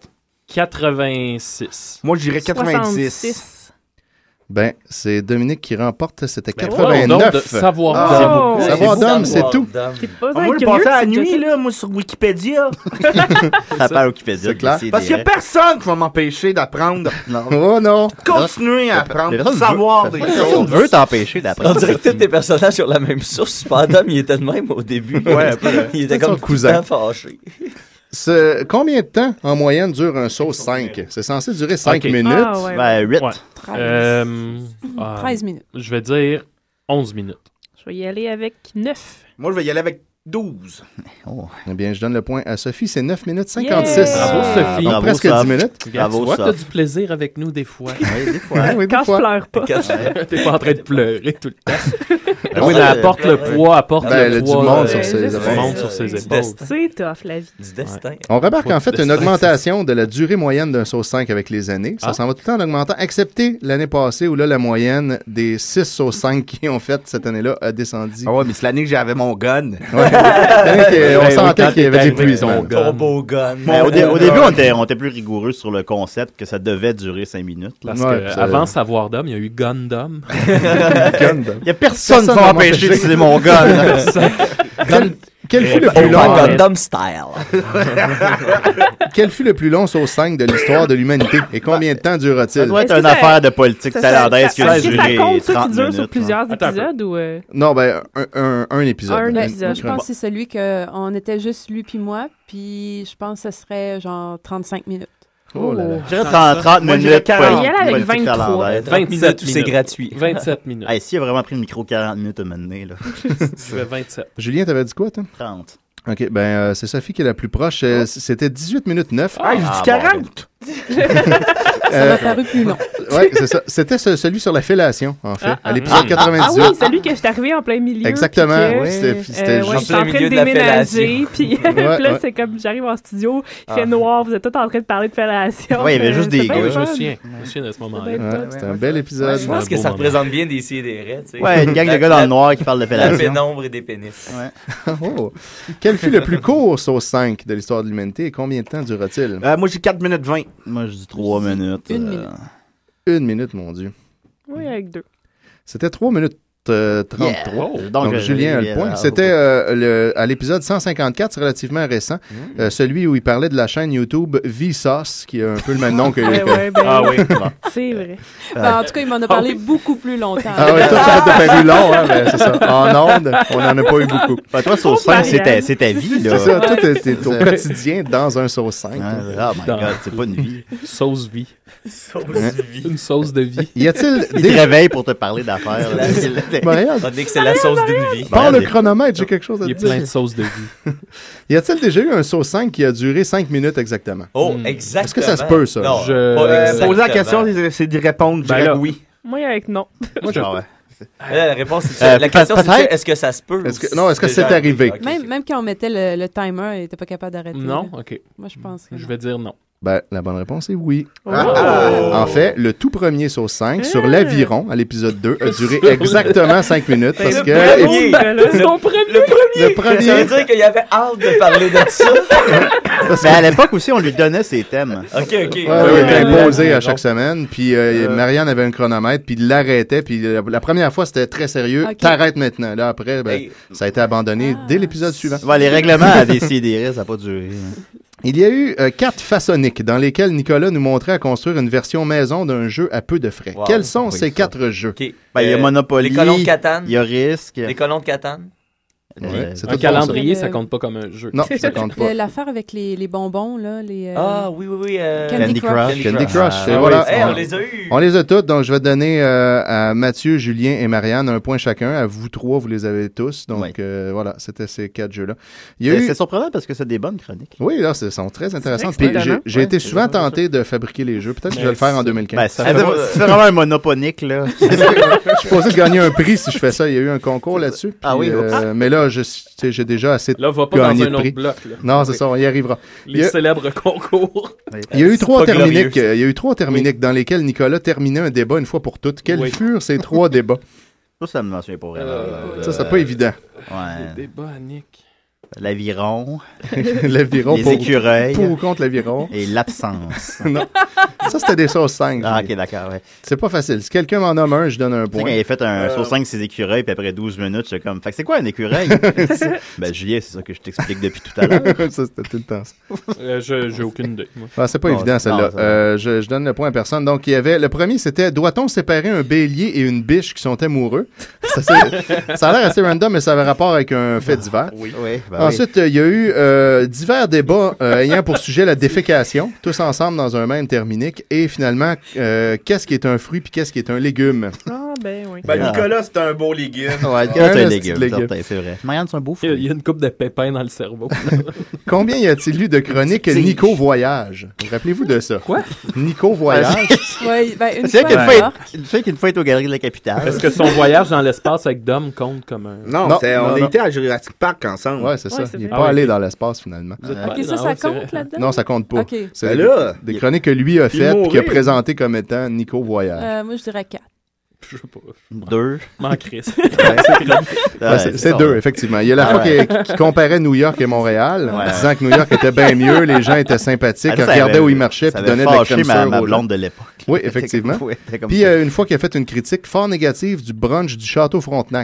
86. Moi, je dirais 90. 66. Ben, c'est Dominique qui remporte. C'était 89. Savoir d'homme. Savoir d'homme, c'est tout. Moi, je passais à la nuit, là, moi, sur Wikipédia. Ça parle Wikipédia. C'est clair. Parce qu'il n'y a personne qui va m'empêcher d'apprendre. Oh non. Continuer à apprendre, savoir des choses. On veut t'empêcher d'apprendre. On dirait que tous tes personnages sur la même source. Super-Dom, il était de même au début. Ouais, un peu. Il était comme cousin fâché. Combien de temps, en moyenne, dure un sauce 5? C'est censé durer 5 minutes. Ah, ouais. Ben, 8. Ouais. 13 minutes. Je vais dire 11 minutes. Je vais y aller avec 9. Moi, je vais y aller avec 12. Eh bien, je donne le point à Sophie. C'est 9 minutes 56. Bravo, Sophie. Donc, presque 10 minutes. Regarde, tu vois que tu as du plaisir avec nous des fois. Oui, des fois. Oui, des Quand fois. je pleure pas. T'es pas en train de pleurer tout le temps. Oui, mais apporte le poids, apporte le du poids. monde sur ses du épaules. monde sur ses épaules. C'est tough, la vie. Du destin. On remarque en fait une destin, augmentation de la durée moyenne d'un sauce 5 avec les années. Ça s'en va tout le temps en augmentant, excepté l'année passée où là, la moyenne des 6 sauce 5 qui ont fait cette année-là a descendu. Ah ouais, mais c'est l'année que j'avais mon gun. On sentait qu'il y avait des puissements. Ton beau gun. Mais au début, on était plus rigoureux sur le concept que ça devait durer 5 minutes. Parce que avant Savoir d'homme, il y a eu Gundam. Il n'y a personne qui va m'empêcher de utiliser mon gun. Quel fut le plus long? Gundam style. Quel fut le plus long sauce 5 de l'histoire de l'humanité? Et combien de temps Ça durera-t-il? doit être Est-ce une que ça- affaire de politique thaïlandaise qui a Est-ce que ça duré compte ça 30 qui dure sur minutes. plusieurs Attends un peu. épisodes ou... Non, ben, un épisode. Un Ben, épisode. je pense que c'est celui qu'on était juste lui puis moi, puis je pense que ce serait genre 35 minutes. Oh là là. Je dirais 30 Moi, je dirais minutes. 40. Il y a avec politique 23. thaïlandaise. 27 c'est gratuit. 27 minutes. Hey, s'il a vraiment pris le micro 40 minutes à mener, là. Je vais 27. Julien, t'avais dit quoi, toi? 30. OK, ben, c'est Sophie qui est la plus proche. C'était 18 minutes 9. Ah, j'ai dit 40. Ça m'a paru plus long. Oui, c'est ça. C'était celui sur la fellation, en fait, à l'épisode 98. Ah oui, celui que je suis arrivé en plein milieu. Exactement. C'était juste en train de déménager. Puis là, c'est comme j'arrive en studio, il fait noir, vous êtes tous en train de parler de fellation. Oui, il y avait juste des gars. Je me souviens de ce moment-là. C'était un bel épisode. Je pense que ça représente bien des sidérés. Ouais, une gang de gars dans le noir qui parlent de fellation. La pénombre et des pénis. Oh. Quel fut le plus court sauce 5 de l'histoire de l'humanité et combien de temps dura-t-il? Moi, j'ai 4 minutes 20. Moi, je dis 3 minutes. 1 minute. 1 minute, mon Dieu. Oui, avec 2. C'était 3 minutes 33. Yeah. Donc Julien a le point. C'était à l'épisode 154, c'est relativement récent. Celui où il parlait de la chaîne YouTube Vsauce, qui a un peu le même nom que... Ah oui, c'est vrai. En tout cas, il m'en a parlé beaucoup plus longtemps. Ah oui, toi, ça t'a paru long, hein, mais c'est ça. En ondes, on n'en a pas eu beaucoup. Toi, sauce 5, c'est ta vie, là. C'est ça, toi, t'es au quotidien dans un sauce 5. Oh my God, c'est pas une vie. Sauce vie. Une sauce de vie. Y a-t-il Il te réveille pour te parler d'affaires. On dit que c'est la sauce d'une vie. Par le chronomètre, j'ai quelque chose à dire. Il y a plein de sauces de vie. Y a-t-il déjà eu un sauce 5 qui a duré 5 minutes exactement? Oh, exactement. Est-ce que ça se peut, ça? Non, poser la question, c'est d'y répondre. Je dirais oui. Moi, avec non. Moi, genre, la réponse, c'est la question, c'est est-ce que ça se peut? Est-ce que c'est arrivé? Okay. Même quand on mettait le timer, il n'était pas capable d'arrêter. Non? Là. OK. Moi, je pense que je vais dire non. Ben, la bonne réponse est oui. Oh. En fait, le tout premier sauce 5 sur l'aviron à l'épisode 2 a duré exactement 5 minutes parce que... Le premier. Ça veut dire qu'il y avait hâte de parler de ça. Mais à l'époque aussi, on lui donnait ses thèmes. OK. Ouais, il était imposé à chaque semaine. Puis Marianne avait un chronomètre, puis il l'arrêtait. Puis la première fois, c'était très sérieux. Okay. T'arrêtes maintenant. Là, après, ça a été abandonné dès l'épisode suivant. Ouais, les règlements à décider, ça n'a pas duré. Il y a eu 4 façonniques dans lesquels Nicolas nous montrait à construire une version maison d'un jeu à peu de frais. Wow. Quels sont ces 4 jeux? Okay. Ben, il y a Monopoly, les colons de Catane. Il y a Risque. Les colons de Catane. C'est un calendrier, ça compte pas comme un jeu. Non, ça compte pas. L'affaire avec les bonbons, là. Oui. Candy Crush. Candy Crush, voilà. On les a eus. On les a toutes, donc je vais donner à Mathieu, Julien et Marianne un point chacun. À vous 3, vous les avez tous. Donc voilà, c'était ces 4 jeux-là. C'est surprenant parce que c'est des bonnes chroniques. Oui, là, elles sont très intéressantes. Puis j'ai été souvent tenté de fabriquer les jeux. Peut-être que je vais le faire en 2015. C'est vraiment un monoponique, là. Je suis supposé de gagner un prix si je fais ça. Il y a eu un concours là-dessus. Ah oui. Mais là, j'ai déjà assez de là, va pas gagner dans un de prix. Autre bloc, là. Non, c'est ça, on y arrivera. Les célèbres concours. Il y a eu 3 terminiques. Il y a eu 3 terminiques dans lesquels Nicolas terminait un débat une fois pour toutes. Quels furent ces 3 débats? Ça me mentionne pour elle. Ça, c'est pas évident. Ouais. Des débats, Nick. L'aviron. L'aviron. Les écureuils. Pour ou contre l'aviron. Et l'absence. Non. Ça, c'était des sauces 5. Ah, ok, d'accord, ouais. C'est pas facile. Si quelqu'un m'en nomme un, je donne un point. Tu sais, quand il a fait un sauce 5 ses écureuils, puis après 12 minutes, je suis comme, fait que c'est quoi un écureuil? Ben, Julien, c'est ça que je t'explique depuis tout à l'heure. Ça, c'était tout le temps ça. J'ai aucune idée. C'est pas évident, celle-là. Je donne le point à personne. Donc, il y avait, le premier, c'était, doit-on séparer un bélier et une biche qui sont amoureux? Ça a l'air assez random, mais ça avait rapport avec un fait divers. Oui. Ensuite, il y a eu divers débats ayant pour sujet la défécation, tous ensemble dans un même terminique. Et finalement, qu'est-ce qui est un fruit puis qu'est-ce qui est un légume? Ah, ben oui. Nicolas, c'est un beau légume. Ouais, Nicolas, c'est un légume. C'est vrai. Marianne, c'est un beau fruit. Il y a une coupe de pépins dans le cerveau. Combien y a-t-il eu de chroniques Nico Voyage? Rappelez-vous de ça. Quoi? Nico Voyage? Oui, une c'est fois. Une fois qu'une fois est au Galerie de la Capitale. Est-ce que son voyage dans l'espace avec Dom compte comme un... Non, on était à Jurassic Park ensemble. Ouais, c'est ça. Il n'est pas allé dans l'espace, finalement. OK, ça compte là-dedans? Non, ça compte pas. Okay. C'est des chroniques que lui a faites et qu'il a présentées comme étant Nico Voyage. Moi, je dirais 4. Je sais pas. 2. M'en crisse. C'est 2, effectivement. Il y a la fois qu'il comparait New York et Montréal, disant que New York était bien mieux, les gens étaient sympathiques, regardaient où ils marchaient, puis donnaient de la crème sœur ma blonde de l'époque. Oui, effectivement. Puis une fois qu'il a fait une critique fort négative du brunch du Château Frontenac.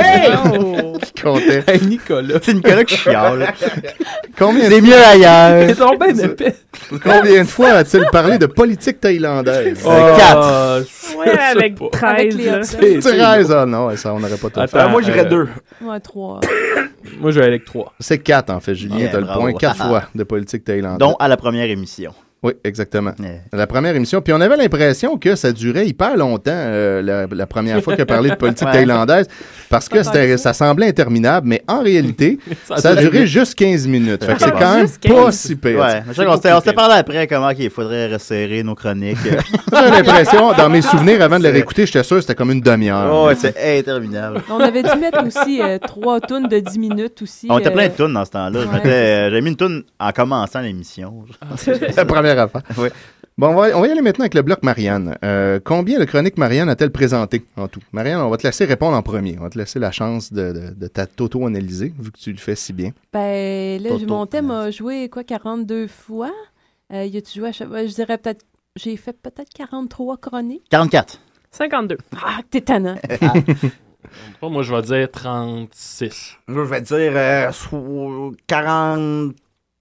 Qui comptait. Hey, Nicolas. C'est Nicolas qui chiale. C'est mieux ailleurs. C'est donc bien épais. Combien de fois a-t-il parlé de politique thaïlandaise? 4. Ouais, avec 13. 13, non, ça, on n'aurait pas tout fait. Moi, j'irais 2. Ouais, 3. Moi, je vais avec 3. C'est 4, en fait, Julien. T'as le point 4 fois de politique thaïlandaise. Dont à la première émission. Oui, exactement. La première émission. Puis on avait l'impression que ça durait hyper longtemps, la première fois qu'il a parlé de politique thaïlandaise, parce que ça semblait interminable, mais en réalité, ça a duré juste 15 minutes. Fait que c'est quand même pas si pire. Ouais. On s'était parlé après comment il faudrait resserrer nos chroniques. J'ai l'impression, dans mes souvenirs, avant de les réécouter, j'étais sûr que c'était comme une demi-heure. Oh, c'est interminable. On avait dû mettre aussi 3 tunes de 10 minutes aussi. On était plein de tunes dans ce temps-là. J'avais mis une tune en commençant l'émission. La première affaire. Oui. Bon, on va y aller maintenant avec le bloc Marianne. Combien de chroniques Marianne a-t-elle présenté en tout? Marianne, on va te laisser répondre en premier. On va te laisser la chance de t'auto-analyser, vu que tu le fais si bien. Ben, là, mon thème a joué, 42 fois. Y a-tu joué à chaque fois? Je dirais peut-être... J'ai fait peut-être 43 chroniques. 44. 52. Ah, t'es tannant. Moi, je vais dire 36. Je vais dire 40...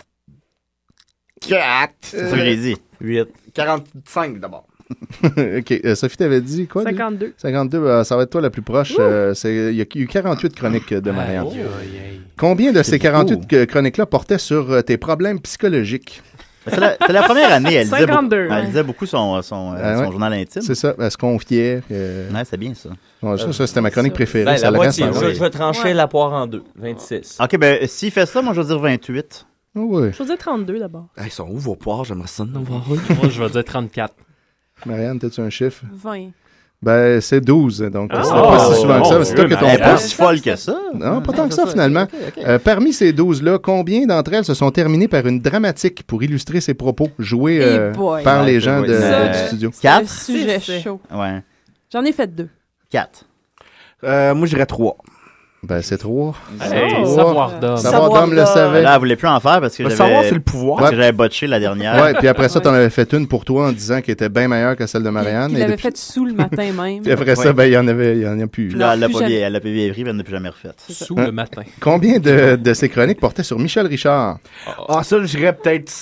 4. C'est ça que j'ai dit. 8. 45 d'abord. OK. Sophie, t'avais dit quoi? 52. 52, ça va être toi la plus proche. Il y a eu 48 chroniques de Marianne. Combien de ces 48 chroniques-là portaient sur tes problèmes psychologiques? C'est la première année. Elle 52. Elle lisait beaucoup son journal intime. C'est ça. Elle se confiait. Ouais, c'est bien ça. Ouais, ça, c'était ma chronique préférée. Ben, Ça la moitié. reste Je vais trancher la poire en deux. 26. OK, ben s'il fait ça, moi, je vais dire 28. Oui. Je vais dire 32 d'abord. Ils sont où vos poires? J'aimerais ça en voir Moi, je vais dire 34. Marianne, t'as-tu un chiffre? 20. Ben, c'est 12. Donc, c'est pas si souvent que ça. Mais c'est toi que ton Elle n'est pas si folle que ça. Non, pas tant que ça, finalement. Okay. Parmi ces 12-là, combien d'entre elles se sont terminées par une dramatique pour illustrer ses propos joués par les gens du studio? 4? C'est un sujet chaud. Ouais. J'en ai fait 2. 4. Moi, je dirais 3. Ben, c'est 3. Hey, savoir d'homme. Savoir d'homme le savait. Là, elle voulait plus en faire parce que le savoir, c'est le pouvoir. Parce que j'avais botché la dernière. Ouais, puis après ça, t'en avais fait une pour toi en disant qu'elle était bien meilleure que celle de Marianne. Il l'avait fait sous le matin même. Puis après ça, ben, il y en a plus. Puis là, elle l'a pas bien pris, puis elle n'a plus jamais refait. Sous le matin. Combien de ces chroniques portaient sur Michel Richard? Ah, ça, je dirais peut-être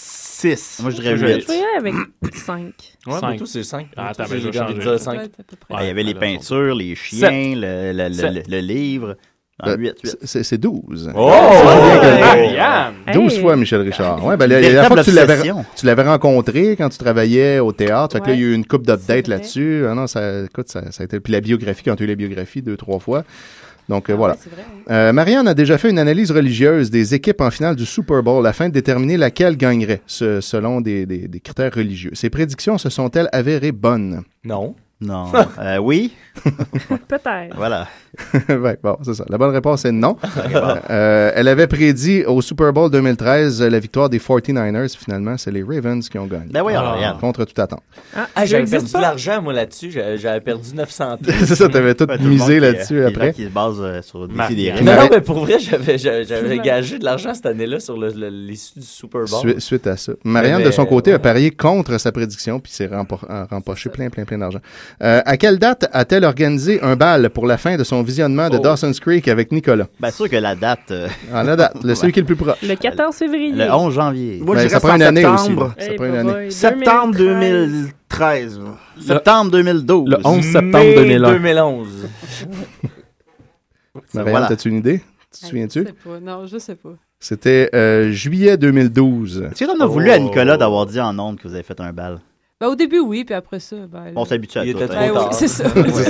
6. Moi, je dirais 8. Je dirais avec 5. Ouais, 5. Tout, c'est 5. Ah, attends, j'ai je vais envie de changer. dire 5. Il y avait les peintures, les chiens, le livre. 8. C'est 12. Oh! Marianne! 12 fois Michel Richard. Ouais, ben, la fois que tu l'avais rencontré quand tu travaillais au théâtre. Fait que là, il y a eu une couple d'updates là-dessus. Ah non, ça a été. Puis la biographie, quand tu as eu la biographie 2-3 fois. Donc voilà. Ouais, Marianne a déjà fait une analyse religieuse des équipes en finale du Super Bowl afin de déterminer laquelle gagnerait selon des critères religieux. Ses prédictions se sont-elles avérées bonnes? Non. Non. Oui. Peut-être. Voilà. Ouais, bon, c'est ça. La bonne réponse est non. Elle avait prédit au Super Bowl 2013 la victoire des 49ers. Finalement, c'est les Ravens qui ont gagné. Ben oui, regarde. Contre toute attente. J'avais perdu de l'argent, moi, là-dessus. J'avais perdu 900 pieds. C'est ça, t'avais tout misé là-dessus après. Qui se base sur des Non, mais pour vrai, j'avais gagé de l'argent cette année-là sur l'issue du Super Bowl. Suite à ça. Marianne, de son côté, a parié contre sa prédiction puis s'est rempoché plein d'argent. À quelle date a-t-elle organisé un bal pour la fin de son visionnement de Dawson's Creek avec Nicolas? Bien sûr que la date... la date, celui qui est le plus proche. Le 14 février. Le 11 janvier. Moi, je ça prend une année aussi. Ça prend une année. Septembre 2013. Septembre 2012. Le 11 septembre 2011. Marianne, t'as-tu une idée? Tu te souviens-tu? Je sais pas. Non, je sais pas. C'était juillet 2012. Est-ce qu'on a voulu à Nicolas d'avoir dit en ondes que vous avez fait un bal? Ben, au début, oui, puis après ça, on s'habitue à tout. Il était trop tard. Oui, c'est ça.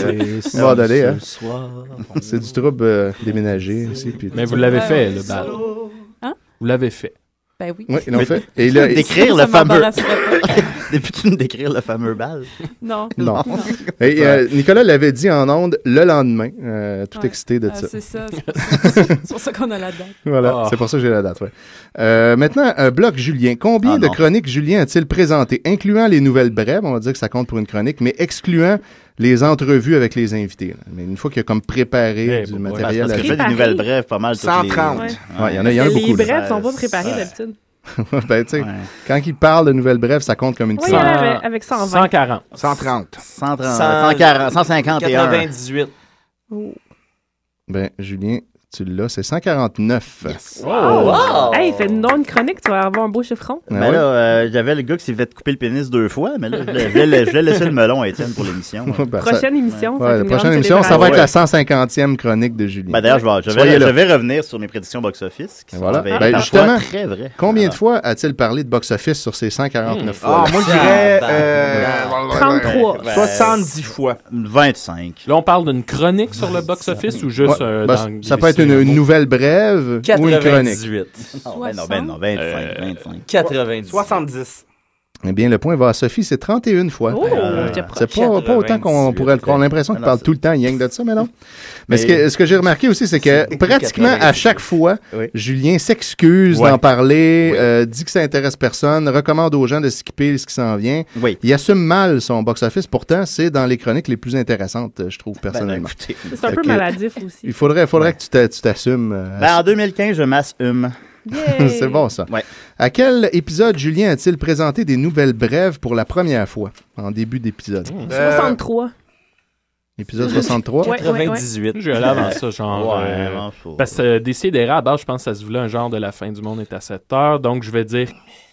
C'est du trouble déménager aussi. Mais vous l'avez fait, le bal. Hein? Vous l'avez fait. Ben oui. Oui, ils l'ont fait. Et là, décrire le fameux... Peux-tu nous décrire le fameux bal? Non. Et Nicolas l'avait dit en ondes le lendemain, tout excité de ça. C'est ça. C'est pour ça qu'on a la date. Voilà, c'est pour ça que j'ai la date, ouais. Maintenant, bloc Julien. Combien de chroniques Julien a-t-il présenté, incluant les nouvelles brèves, on va dire que ça compte pour une chronique, mais excluant les entrevues avec les invités. Là. Mais une fois qu'il a comme préparé du matériel... Parce que je fais des nouvelles brèves pas mal. 130. Il y en a beaucoup. Les brèves sont pas préparées d'habitude. Ben, tu sais, quand il parle de nouvelles brèves, ça compte comme une Oui, avec 120. 140. 130. 130. 150 et 98. Ben, Julien, Tu l'as, c'est 149. Yes. Oh! Wow. Hey, fais une chronique, tu vas avoir un beau chiffron. Ben là, j'avais le gars qui s'est fait couper le pénis 2 fois, mais là, je vais laisser le melon à Étienne pour l'émission. Prochaine émission. La prochaine émission, ça va être la 150e chronique de Julien. Ben d'ailleurs, je vais revenir sur mes prédictions box-office. Justement, très vrai. Combien de fois a-t-il parlé de box-office sur ces 149 fois? Moi, je dirais 33. 70 fois. 25. Là, on parle d'une chronique sur le box-office ou juste ça peut être une nouvelle brève 98. ou une chronique. Non, 25. 90. 70. Eh bien, le point va à Sophie, c'est 31 fois. C'est pas autant qu'on pourrait le croire. On a l'impression qu'il parle tout le temps rien que de ça, mais non. Mais ce que j'ai remarqué aussi, c'est que pratiquement à chaque fois, Julien s'excuse d'en parler, dit que ça intéresse personne, recommande aux gens de skipper ce qui s'en vient. Oui. Il assume mal son box-office. Pourtant, c'est dans les chroniques les plus intéressantes, je trouve, personnellement. C'est un peu maladif aussi. Il faudrait que tu t'assumes. En 2015, je m'assume. C'est bon, ça. Ouais. À quel épisode Julien a-t-il présenté des nouvelles brèves pour la première fois, en début d'épisode? 63. Épisode 63? 98. Je vais aller avant ça, genre... parce que Décidérez, à base, je pense que ça se voulait un genre de la fin du monde est à 7 heures, donc je vais dire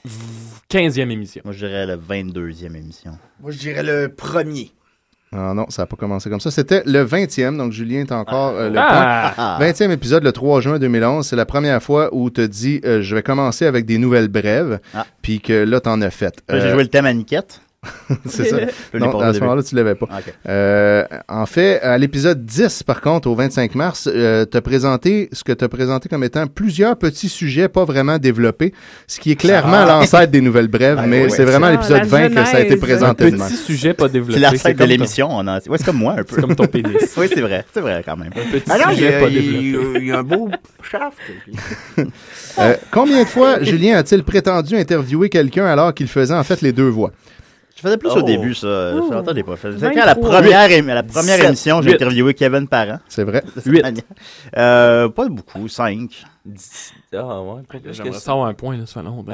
15e émission. Moi, je dirais la 22e émission. Moi, je dirais le premier. Ah non, ça n'a pas commencé comme ça. C'était le 20e, donc Julien est encore le point. 20e épisode, le 3 juin 2011. C'est la première fois où tu as dit je vais commencer avec des nouvelles brèves, puis que là, tu en as fait. J'ai joué le thème à Niquette. C'est ça. Non, à ce moment-là, tu ne l'avais pas. Okay. En fait, à l'épisode 10, par contre, au 25 mars, tu as présenté ce que tu as présenté comme étant plusieurs petits sujets pas vraiment développés, ce qui est clairement l'ancêtre des nouvelles brèves, mais c'est vraiment à l'épisode 20 que ça a été présenté. Un petit sujet pas développé. C'est l'ancêtre de l'émission. C'est comme moi un peu. C'est comme ton pénis. Oui, c'est vrai quand même. Un petit sujet pas développé. Il y a un beau shaft. Combien de fois Julien a-t-il prétendu interviewer quelqu'un alors qu'il faisait en fait les deux voix? Je faisais plus au début, ça. Je n'entendais pas. C'est quand la première émission, j'ai interviewé Kevin Parent. C'est vrai. 8. Pas beaucoup. 5. Ah ouais. J'aimerais savoir un point, là, ça fait longtemps.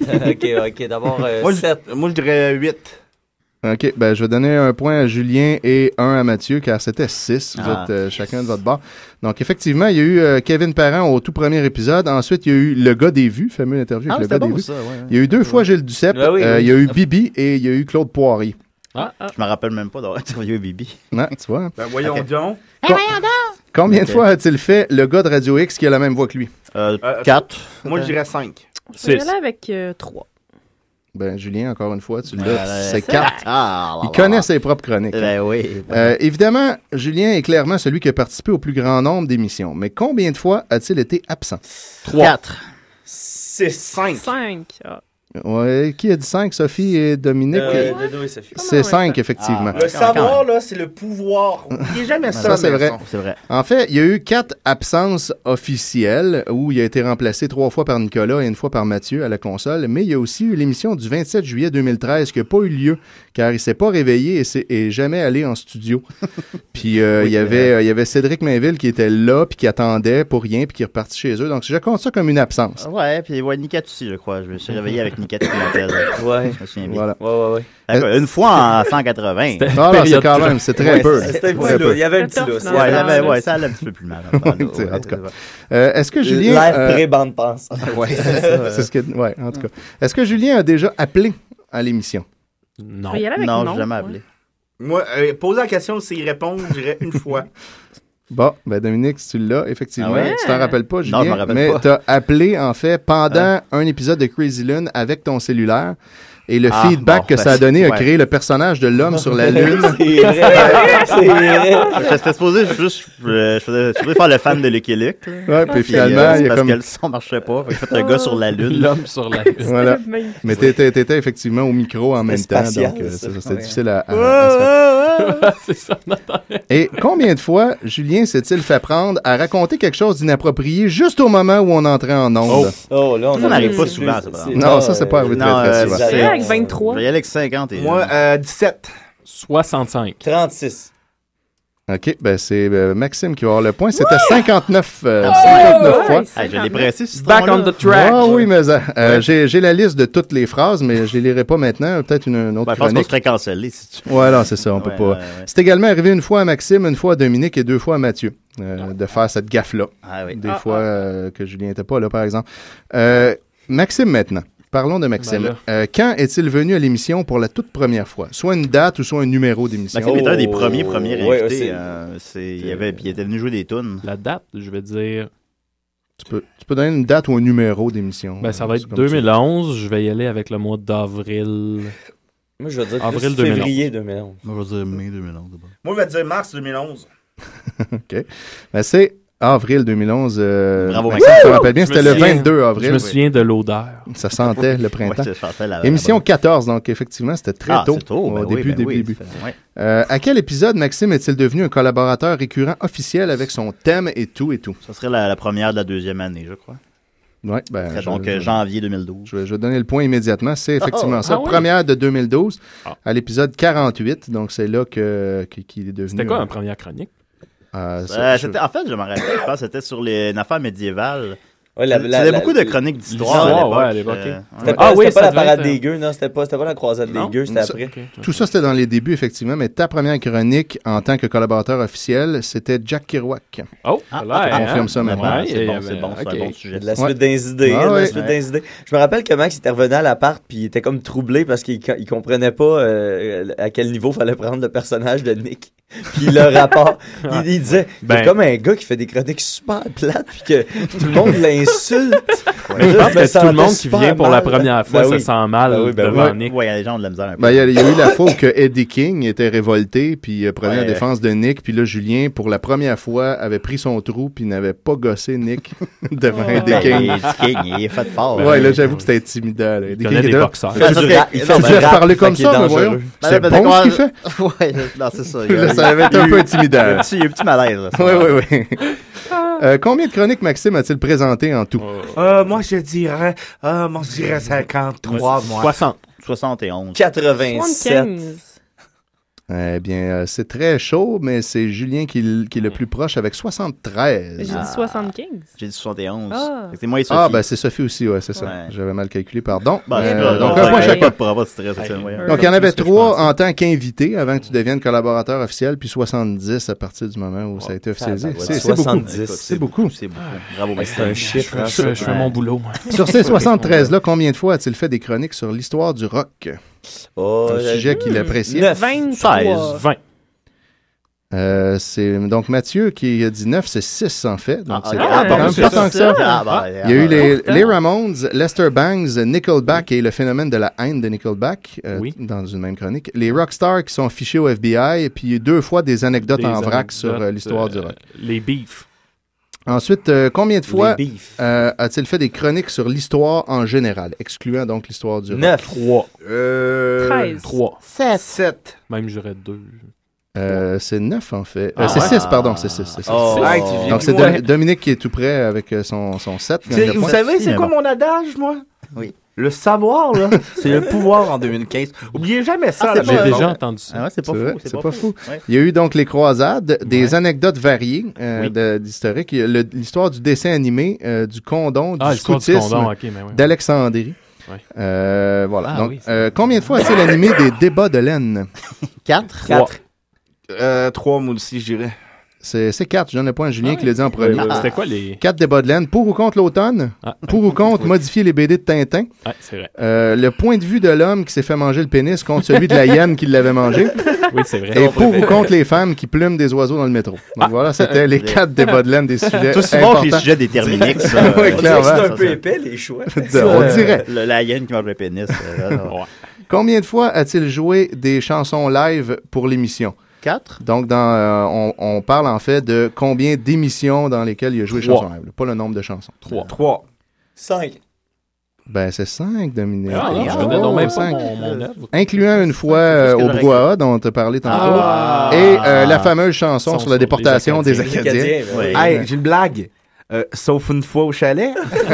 OK. D'abord, 7. Moi, je dirais 8. OK, ben je vais donner un point à Julien et un à Mathieu, car c'était 6. Vous êtes chacun de votre bord. Donc, effectivement, il y a eu Kevin Parent au tout premier épisode. Ensuite, il y a eu le gars des vues, fameux interview avec le gars des vues. Il y a eu 2 fois Gilles Duceppe. Il y a eu Bibi et il y a eu Claude Poirier. Je me rappelle même pas d'avoir interviewé Bibi. Non, tu vois. Ben voyons donc. Combien de fois a-t-il fait le gars de Radio X qui a la même voix que lui? 4. Moi, je dirais 5. Je vais là avec 3. Ben, Julien, encore une fois, tu l'as. C'est 4. Il connaît ses propres chroniques. Ben oui. Évidemment, Julien est clairement celui qui a participé au plus grand nombre d'émissions. Mais combien de fois a-t-il été absent? 3. 4. 6. 5. 5. Ouais, qui a dit 5? Sophie et Dominique? Dodo et Sophie. C'est 5, effectivement. Le savoir, là, c'est le pouvoir. Il n'est jamais ça, c'est vrai. C'est vrai. En fait, il y a eu 4 absences officielles où il a été remplacé 3 fois par Nicolas et 1 fois par Mathieu à la console. Mais il y a aussi eu l'émission du 27 juillet 2013 qui n'a pas eu lieu car il ne s'est pas réveillé et jamais allé en studio. Puis il y avait Cédric Mainville qui était là puis qui attendait pour rien puis qui est reparti chez eux. Donc je compte ça comme une absence. Ouais, puis Niquette aussi, je crois. Je me suis réveillé avec Niquette Pimentel. Ouais. Je me souviens bien. Voilà. Ouais. Une fois en 180. C'est quand même, c'est très peu. C'était il y avait un petit lousse. Ça allait un petit peu plus mal. En tout cas. Est-ce que Julien... L'air pré-bande pense. Oui, c'est ce que... Ouais, en tout cas. Est-ce que Julien a déjà appelé à l'émission? Non. Non, je n'ai jamais appelé. Moi, poser la question, s'il répond, je dirais une fois. Bon, ben Dominique, si tu l'as, effectivement. Ah ouais? Tu t'en rappelles pas, Julien? Non, je m'en rappelle mais pas. tu as appelé, en fait, pendant un épisode de Crazy Lune avec ton cellulaire. Et le feedback que ça a donné a créé le personnage de l'homme sur la Lune. C'est vrai. J'étais supposé je faisais faire le fan de Lucky Luke. Ouais, puis finalement, il y a parce comme... que le son marchait pas. Fait que j'ai fait un gars sur la Lune. L'homme sur la Lune. Voilà. Mais t'étais effectivement au micro en même temps, donc c'était difficile à C'est ça, on attendait. Et combien de fois Julien s'est-il fait prendre à raconter quelque chose d'inapproprié juste au moment où on entrait en onde? Oh, là, Ça n'arrive pas souvent, ça. Non, ça, c'est pas arrivé très souvent. C'est avec 23. Je vais y aller avec 50. Moi, 17. 65. 36. OK, ben c'est Maxime qui va avoir le point. C'était 59 fois. Je l'ai pressé. Back on the track. Ah oui, mais j'ai la liste de toutes les phrases, mais je les lirai pas maintenant. Peut-être une autre Je pense qu'on chronique. serait cancellé si tu Ouais, non, c'est ça, on peut pas. C'est également arrivé une fois à Maxime, une fois à Dominique et 2 fois à Mathieu. de faire cette gaffe-là. Des fois que Julien n'était pas là, par exemple. Maxime, maintenant. Parlons de Maxime. Quand est-il venu à l'émission pour la toute première fois? Soit une date ou soit un numéro d'émission? Maxime était un des premiers invités. Il était venu jouer des tunes. La date, je vais dire... Tu peux donner une date ou un numéro d'émission? Ça va être 2011. Je vais y aller avec le mois d'avril. Moi, je vais dire avril février 2011. Moi, je vais dire mai 2011. Moi, je vais dire mars 2011. OK. C'est... Avril 2011. Bravo, Maxime, je me rappelle bien, c'était le 22 avril. Je me souviens de l'odeur. Ça sentait le printemps. Ouais, Émission 14, donc effectivement, c'était très tôt. Au début. À quel épisode Maxime est-il devenu un collaborateur récurrent officiel avec son thème et tout? Ça serait la première de la deuxième année, je crois. Oui, donc janvier 2012. Je vais donner le point immédiatement. C'est effectivement ça. Première de 2012 à l'épisode 48. Donc c'est là qu'il est devenu. C'était quoi une première chronique? En fait, je m'en rappelle, je pense que c'était sur une affaire médiévale. C'était beaucoup de chroniques d'histoire à l'époque. C'était pas la parade des gueux, non? C'était pas la croisade des gueux, c'était après. Tout ça, c'était dans les débuts, effectivement, mais ta première chronique en tant que collaborateur officiel, c'était Jack Kerouac. Oh, on confirme ça maintenant. C'est bon, c'est un bon sujet. De la suite des idées. Je me rappelle que Max était revenu à l'appart, puis il était comme troublé parce qu'il comprenait pas à quel niveau fallait prendre le personnage de Nick. Puis le rapport, il disait, c'est comme un gars qui fait des chroniques super plates, puis que tout le monde l'insulte. Mais je pense que tout le monde qui vient pour la première fois se sent mal devant Nick. Oui, il y a des gens de la misère un peu. Il y a eu la fois où que Eddie King était révolté, puis prenait la défense de Nick, puis là, Julien, pour la première fois, avait pris son trou, puis n'avait pas gossé Nick devant Eddie King. Eddie King, il est fait fort. Ouais, là, j'avoue que c'était intimidant. Il connaît des boxeurs. Il fait parler comme ça, mais voyons. C'est bon ce qu'il fait. Ouais, non, c'est ça. Ça avait été un peu intimidant. Il y a un petit malaise. Oui. Combien de chroniques Maxime a-t-il présenté en tout? Moi, je dirais 53, moi. 60. 71. 87. Eh bien, c'est très chaud, mais c'est Julien qui est le plus proche avec 73. J'ai dit 75. J'ai dit 71. Ah. C'est moi et Sophie. C'est Sophie aussi, c'est ça. Ouais. J'avais mal calculé, pardon. Donc, un point chacun. Pas de stress, donc, il y en avait 3 en tant qu'invité avant que tu deviennes collaborateur officiel, puis 70 à partir du moment où ça a été officialisé. C'est beaucoup. C'est beaucoup. C'est beaucoup. Bravo, c'est un chiffre. Je fais mon boulot, moi. Sur ces 73-là, combien de fois a-t-il fait des chroniques sur l'histoire du rock? Un sujet qu'il appréciait. 20. C'est donc Mathieu qui a dit 9, c'est 6 en fait. Donc c'est pas tant que ça. Il y a eu les Ramones, Lester Bangs, Nickelback et le phénomène de la haine de Nickelback dans une même chronique. Les rockstars qui sont fichés au FBI et puis 2 fois des anecdotes en vrac sur l'histoire du rock. Les beefs. Ensuite, combien de fois a-t-il fait des chroniques sur l'histoire en général, excluant donc l'histoire du rock? 9. 3. 13. 3. 7. Même je dirais 2. C'est 9 en fait. C'est 6, pardon. C'est 6. Donc c'est Dominique qui est tout prêt avec son 7. Vous savez, c'est quoi mon adage, moi? Oui. Le savoir, là, c'est le pouvoir en 2015. Oubliez jamais ça. J'ai déjà entendu ça. C'est pas fou. Ouais. Il y a eu donc les croisades, des anecdotes variées d'historique. L'histoire du dessin animé, du condom, du scoutisme, d'Alexandrie. Ouais. Voilà. Donc, combien de fois a-t-il animé des débats de laine? 4. 3, moi aussi, je dirais. C'est 4. J'en ai pas un Julien qui l'a dit en premier. C'était quoi les... 4 débats de laine. Pour ou contre l'automne? Pour ou contre modifier les BD de Tintin? C'est vrai. Le point de vue de l'homme qui s'est fait manger le pénis contre celui de la hyène qui l'avait mangé. Oui, c'est vrai. Et pour ou contre les femmes qui plument des oiseaux dans le métro. Donc voilà, c'était les 4 débats de laine des sujets tout souvent les sujets déterminés. Oui, clairement. C'est un peu épais, les choix. On dirait. La hyène qui mange le pénis. Combien de fois a-t-il joué des chansons live pour l'émission? 4. Donc, on parle en fait de combien d'émissions dans lesquelles il a joué des chansons live. Pas le nombre de chansons. 3. 5. C'est 5, Dominique. Je connais donc même 5. Mon œuvre. Incluant une fois au brouhaha dont on t'a parlé tantôt. Et la fameuse chanson sur la déportation des Acadiens. Hey, j'ai une blague. Sauf une fois au chalet.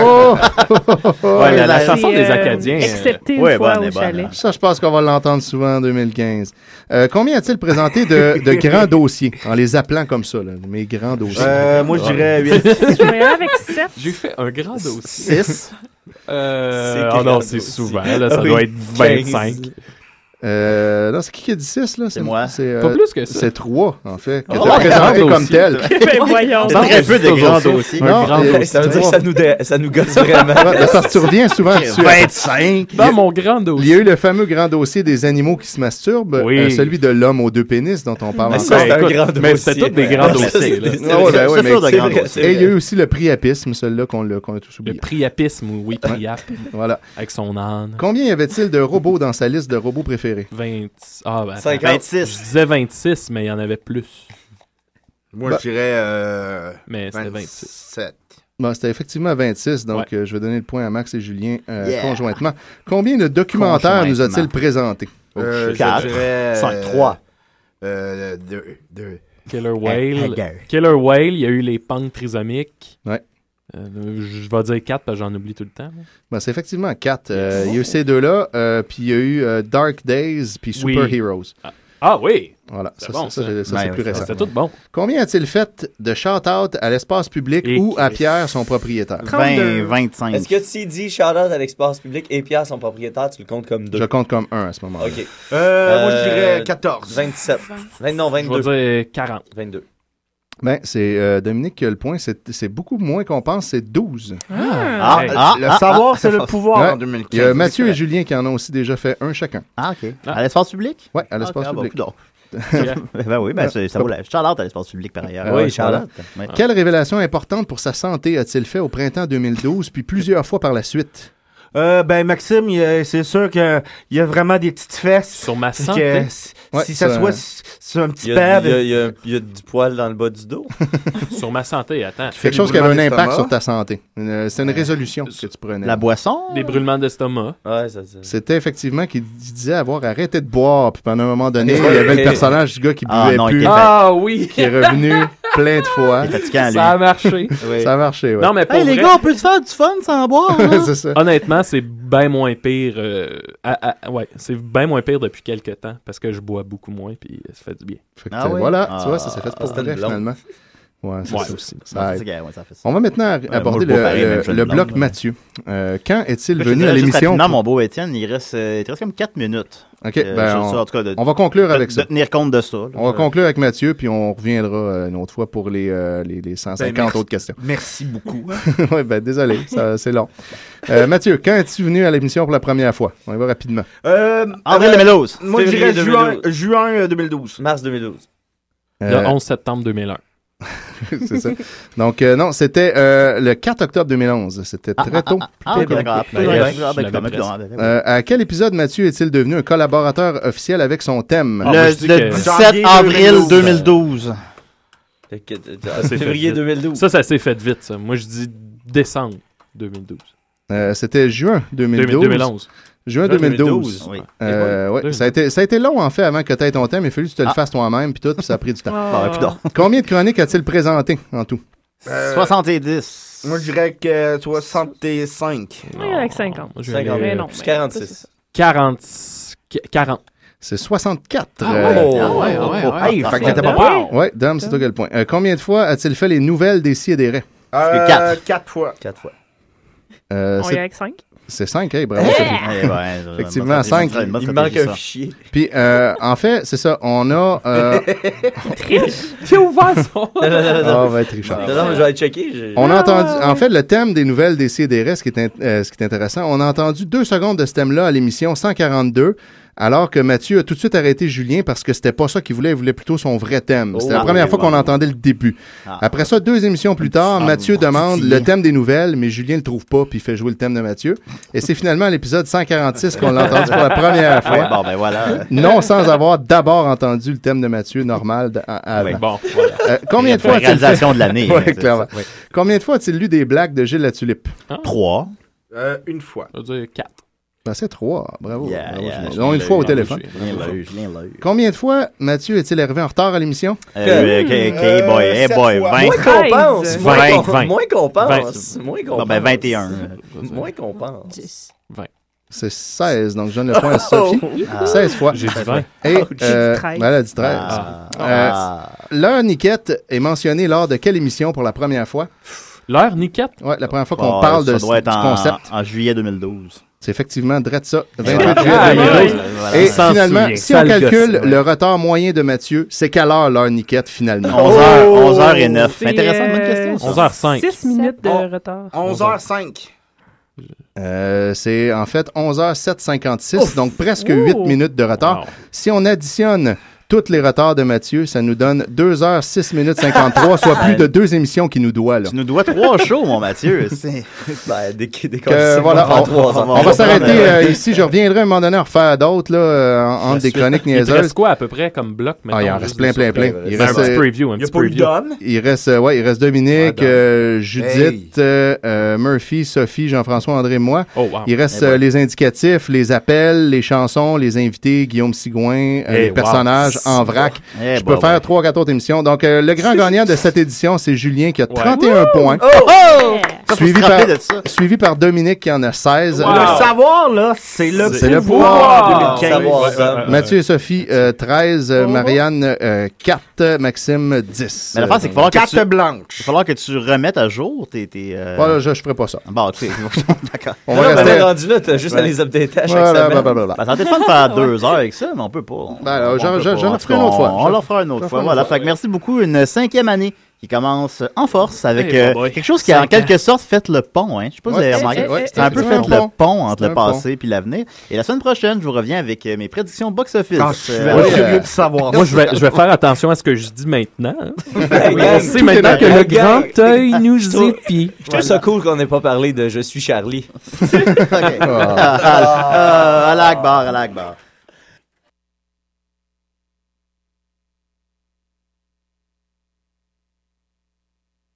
La chanson des Acadiens. Excepté une fois au chalet. Ça, je pense qu'on va l'entendre souvent en 2015. Combien a-t-il présenté de grands dossiers, en les appelant comme ça, mes grands dossiers? Moi, je dirais 8. Je vais avec 7. J'ai fait un grand dossier. 6. Non, c'est souvent. Là, ça doit être 25. Non, c'est qui a dit 6, là? C'est moi. Pas plus que ça. C'est 3, en fait. Que Oh, t'as présenté grand comme dossier, tel. Ben voyons. C'est très peu de grands dossiers. Ça veut dire que ça nous gosse vraiment. Ouais, parce que tu reviens souvent dessus. 25. Dans mon grand dossier. Il y a eu le fameux grand dossier des animaux qui se masturbent, Oui. celui de l'homme aux 2 pénis dont on parle Mais encore. ça, c'est un grand dossier. Mais c'était tous des grands dossiers. là. Et il y a eu aussi le priapisme, celui-là qu'on a tous Le oublié. priapisme, oui, priap, Voilà. avec son âne. Combien y avait-il de robots dans sa liste de robots préférés? 20... Ah, ben, 50. 26. je disais 26, mais il y en avait plus. Moi, Bah. je dirais Mais c'était 26. 27. Bon, c'était effectivement 26, donc Ouais. je vais donner le point à Max et Julien conjointement. Combien de documentaires nous a-t-il présentés? Quatre. Je dirais... 5, 3. 2. Killer Whale, il y a eu les punks trisomiques. Ouais. Je vais dire 4 parce que j'en oublie tout le temps. là. Ben, c'est effectivement 4. Il y a eu ces deux-là, puis il y a eu Dark Days, puis Super Oui. Heroes. Ah oui! Voilà, C'est ça, bon, ça, ça. c'est plus récent. C'était tout bon. Combien a-t-il fait de shout-out à l'espace public Et ou à Pierre, son propriétaire? 20, 25. Est-ce que tu dis shout-out à l'espace public et Pierre, son propriétaire, tu le comptes comme 2? Je compte comme 1 à ce moment-là. OK. Moi, je dirais 14. 27. Non, Je 22. vais dire 40. 22. Ben, c'est Dominique qui a le point. C'est beaucoup moins qu'on pense, c'est 12. Le savoir, c'est le pouvoir Ouais. en 2015. Il y a Mathieu et Julien qui en ont aussi déjà fait un chacun. Ah, OK. À l'espace public? Oui, à l'espace public. Ben oui, ben ça vaut la... Shout-out à l'espace public, par ailleurs. Oui, shout-out. Ouais. Quelle révélation importante pour sa santé a-t-il fait au printemps 2012, puis plusieurs fois par la suite? Ben, Maxime, c'est sûr qu'il y a vraiment des petites fesses. Sur ma Que santé. si ça soit sur un petit Il pad. y a du poil dans le bas du dos. Sur ma santé, attends. Quelque chose qui avait un impact d'estomac. sur ta santé. C'est une résolution que tu prenais. La boisson? Des brûlements d'estomac. Ouais, ça. C'était effectivement qu'il disait avoir arrêté de boire, puis pendant un moment donné, il y avait le personnage du gars qui buvait non, il plus, était Ah oui! qui est revenu plein de fois. C'est fatigant, lui. Ça a marché. Ça a marché, ouais. Non, mais pour Hey, les vrai, gars, on peut se faire du fun sans boire? hein? c'est ça. honnêtement, c'est bien moins pire. Ouais, c'est bien moins pire depuis quelques temps parce que je bois beaucoup moins puis ça fait du bien. Fait que, Ah oui? voilà, Ah. tu vois, ça s'est fait pour c'était vrai, une blonde. finalement. Ouais, c'est Ouais, ça aussi. Ça Ouais, aide. ça fait ça. On va maintenant aborder moi, je bois pareil, même si je le suis bloc blonde, Mathieu. Quand est-il Je te venu dirais à juste l'émission? rapidement, mon beau Étienne, il te reste comme 4 minutes. OK, Je ben, sais, en tout cas, on va conclure avec de ça. tenir compte de ça. là. On va conclure avec Mathieu, puis on reviendra une autre fois pour les 150 merci. autres questions. Merci beaucoup. Oui, ben désolé, c'est long. Mathieu, quand es-tu venu à l'émission pour la première fois? On y va rapidement. Avril 2012. Moi, je dirais Février juin 2012. Mars 2012. Le 11 septembre 2001. C'est ça. Donc, non, c'était le 4 octobre 2011. C'était très tôt. Ah, ok, d'accord. À quel épisode Mathieu est-il devenu un collaborateur officiel avec son thème? Ah, moi, je dis Le que- 17 avril 2012. Février 2012. Ça s'est fait vite, ça. Moi, je dis décembre 2012. C'était juin 2012. 2011. Juin 2012. Oui. Ouais, ça a été long, en fait, avant que tu aies ton thème. Il a fallu que tu te le fasses toi-même, puis tout, puis ça a pris du temps. Ah, puis donc. Combien de chroniques a-t-il présenté en tout? 70. Moi, je dirais que 65. Oui, avec 50. Moi, je 50. Mais non. 46. 40. C'est 64. Hey, fait que t'étais pas pire. Ouais, Dom, c'est toi qui as le point. Combien de fois a-t-il fait les nouvelles des Si et des Raies? 4 fois. 4 fois. On y est avec 5. C'est 5, hey, bravo. Sophie. Effectivement, 5. Il manque un fichier. Puis, en fait, c'est ça, on a... J'ai ouvert son. on va être Richard. Non, mais je vais aller checker. On a entendu, en fait, le thème des nouvelles des Si et des Raies, ce qui est intéressant, on a entendu 2 secondes de ce thème-là à l'émission 142, alors que Mathieu a tout de suite arrêté Julien parce que c'était pas ça qu'il voulait, il voulait plutôt son vrai thème. C'était la première fois qu'on entendait le début. Après ça, 2 émissions plus tard, Mathieu demande le thème des nouvelles, mais Julien le trouve pas, puis il fait jouer le thème de Mathieu. Et c'est finalement à l'épisode 146 qu'on l'a entendu pour la première fois. Bon, ben voilà. Non, sans avoir d'abord entendu le thème de Mathieu normal avant. Bon, voilà. Combien de fois a-t-il Réalisation de l'année. Ouais, clairement. Combien de fois a-t-il lu des blagues de Gilles Latulippe? 3. Une fois. Je veux dire 4. Ben, c'est 3. Bravo. Yeah, Bravo, yeah. Julien. Non, une fois au téléphone. Julien l'a eu. Combien de fois Mathieu est-il arrivé en retard à l'émission? Hey boy, 20. Moins qu'on pense. 20. Moins qu'on pense. Moins qu'on Bon, ben pense. 21. Moins qu'on pense. 10. C'est 16, donc je donne le point à Sophie. 16 fois. J'ai dit 20. Et, J'ai dit 13. ben, elle a dit 13. L'heure Niquette est mentionnée lors de quelle émission pour la première fois? L'heure Niquette? Ouais, la première fois qu'on parle ça du doit être concept. en juillet 2012. C'est effectivement drette ça, 28 juillet 2012. Et finalement, si on calcule le retard moyen de Mathieu, c'est quelle heure l'heure Niquette finalement? 11h09. Intéressant, bonne question. 11h05. 6 minutes de retard. 11h05. C'est en fait 11h07.56, donc presque 8 minutes de retard. Wow. Si on additionne tous les retards de Mathieu, ça nous donne 2h06 minutes 53, soit plus de 2 émissions qu'il nous doit. Là. Tu nous dois 3 shows, mon Mathieu. Voilà, on va s'arrêter ici. Je reviendrai à un moment donné en refaire d'autres entre des chroniques niaiseuses. Il reste quoi à peu près comme bloc maintenant? Il en reste plein. Il reste un petit preview. Il reste Dominique, Judith, Murphy, Sophie, Jean-François, André, moi. Oh, wow. Il reste les indicatifs, les appels, les chansons, les invités, Guillaume Sigouin, les personnages en vrac. Je peux faire 3-4 autres émissions. Donc, le grand gagnant de cette édition, c'est Julien qui a 31 points. Suivi par Dominique qui en a 16. Wow. Le savoir, là, c'est le pouvoir 2015. Mathieu et Sophie, 13. Marianne, 4. Maxime, 10. Mais l'affaire, c'est qu'il va falloir que tu remettes à jour tes... Voilà, je ferai pas ça. Bon, tu sais, d'accord. On va rester rendu là, t'as juste à les updater à chaque semaine. Ça aurait été fun de faire 2 heures avec ça, mais on peut pas. J'en ferai une autre fois. On leur fera une autre fois. Voilà. Fait que merci beaucoup. Une 5e année qui commence en force avec quelque chose qui a en quelque sorte fait le pont. Hein. Je sais pas si vous avez remarqué. C'est un peu fait le pont entre le passé et l'avenir. Et la semaine prochaine, je vous reviens avec mes prédictions box-office. Je suis curieux de savoir. Moi, je vais faire attention à ce que je dis maintenant. On sait maintenant que le grand œil nous épie. Je trouve ça cool qu'on n'ait pas parlé de « Je suis Charlie ». Allah Akbar, Allah Akbar.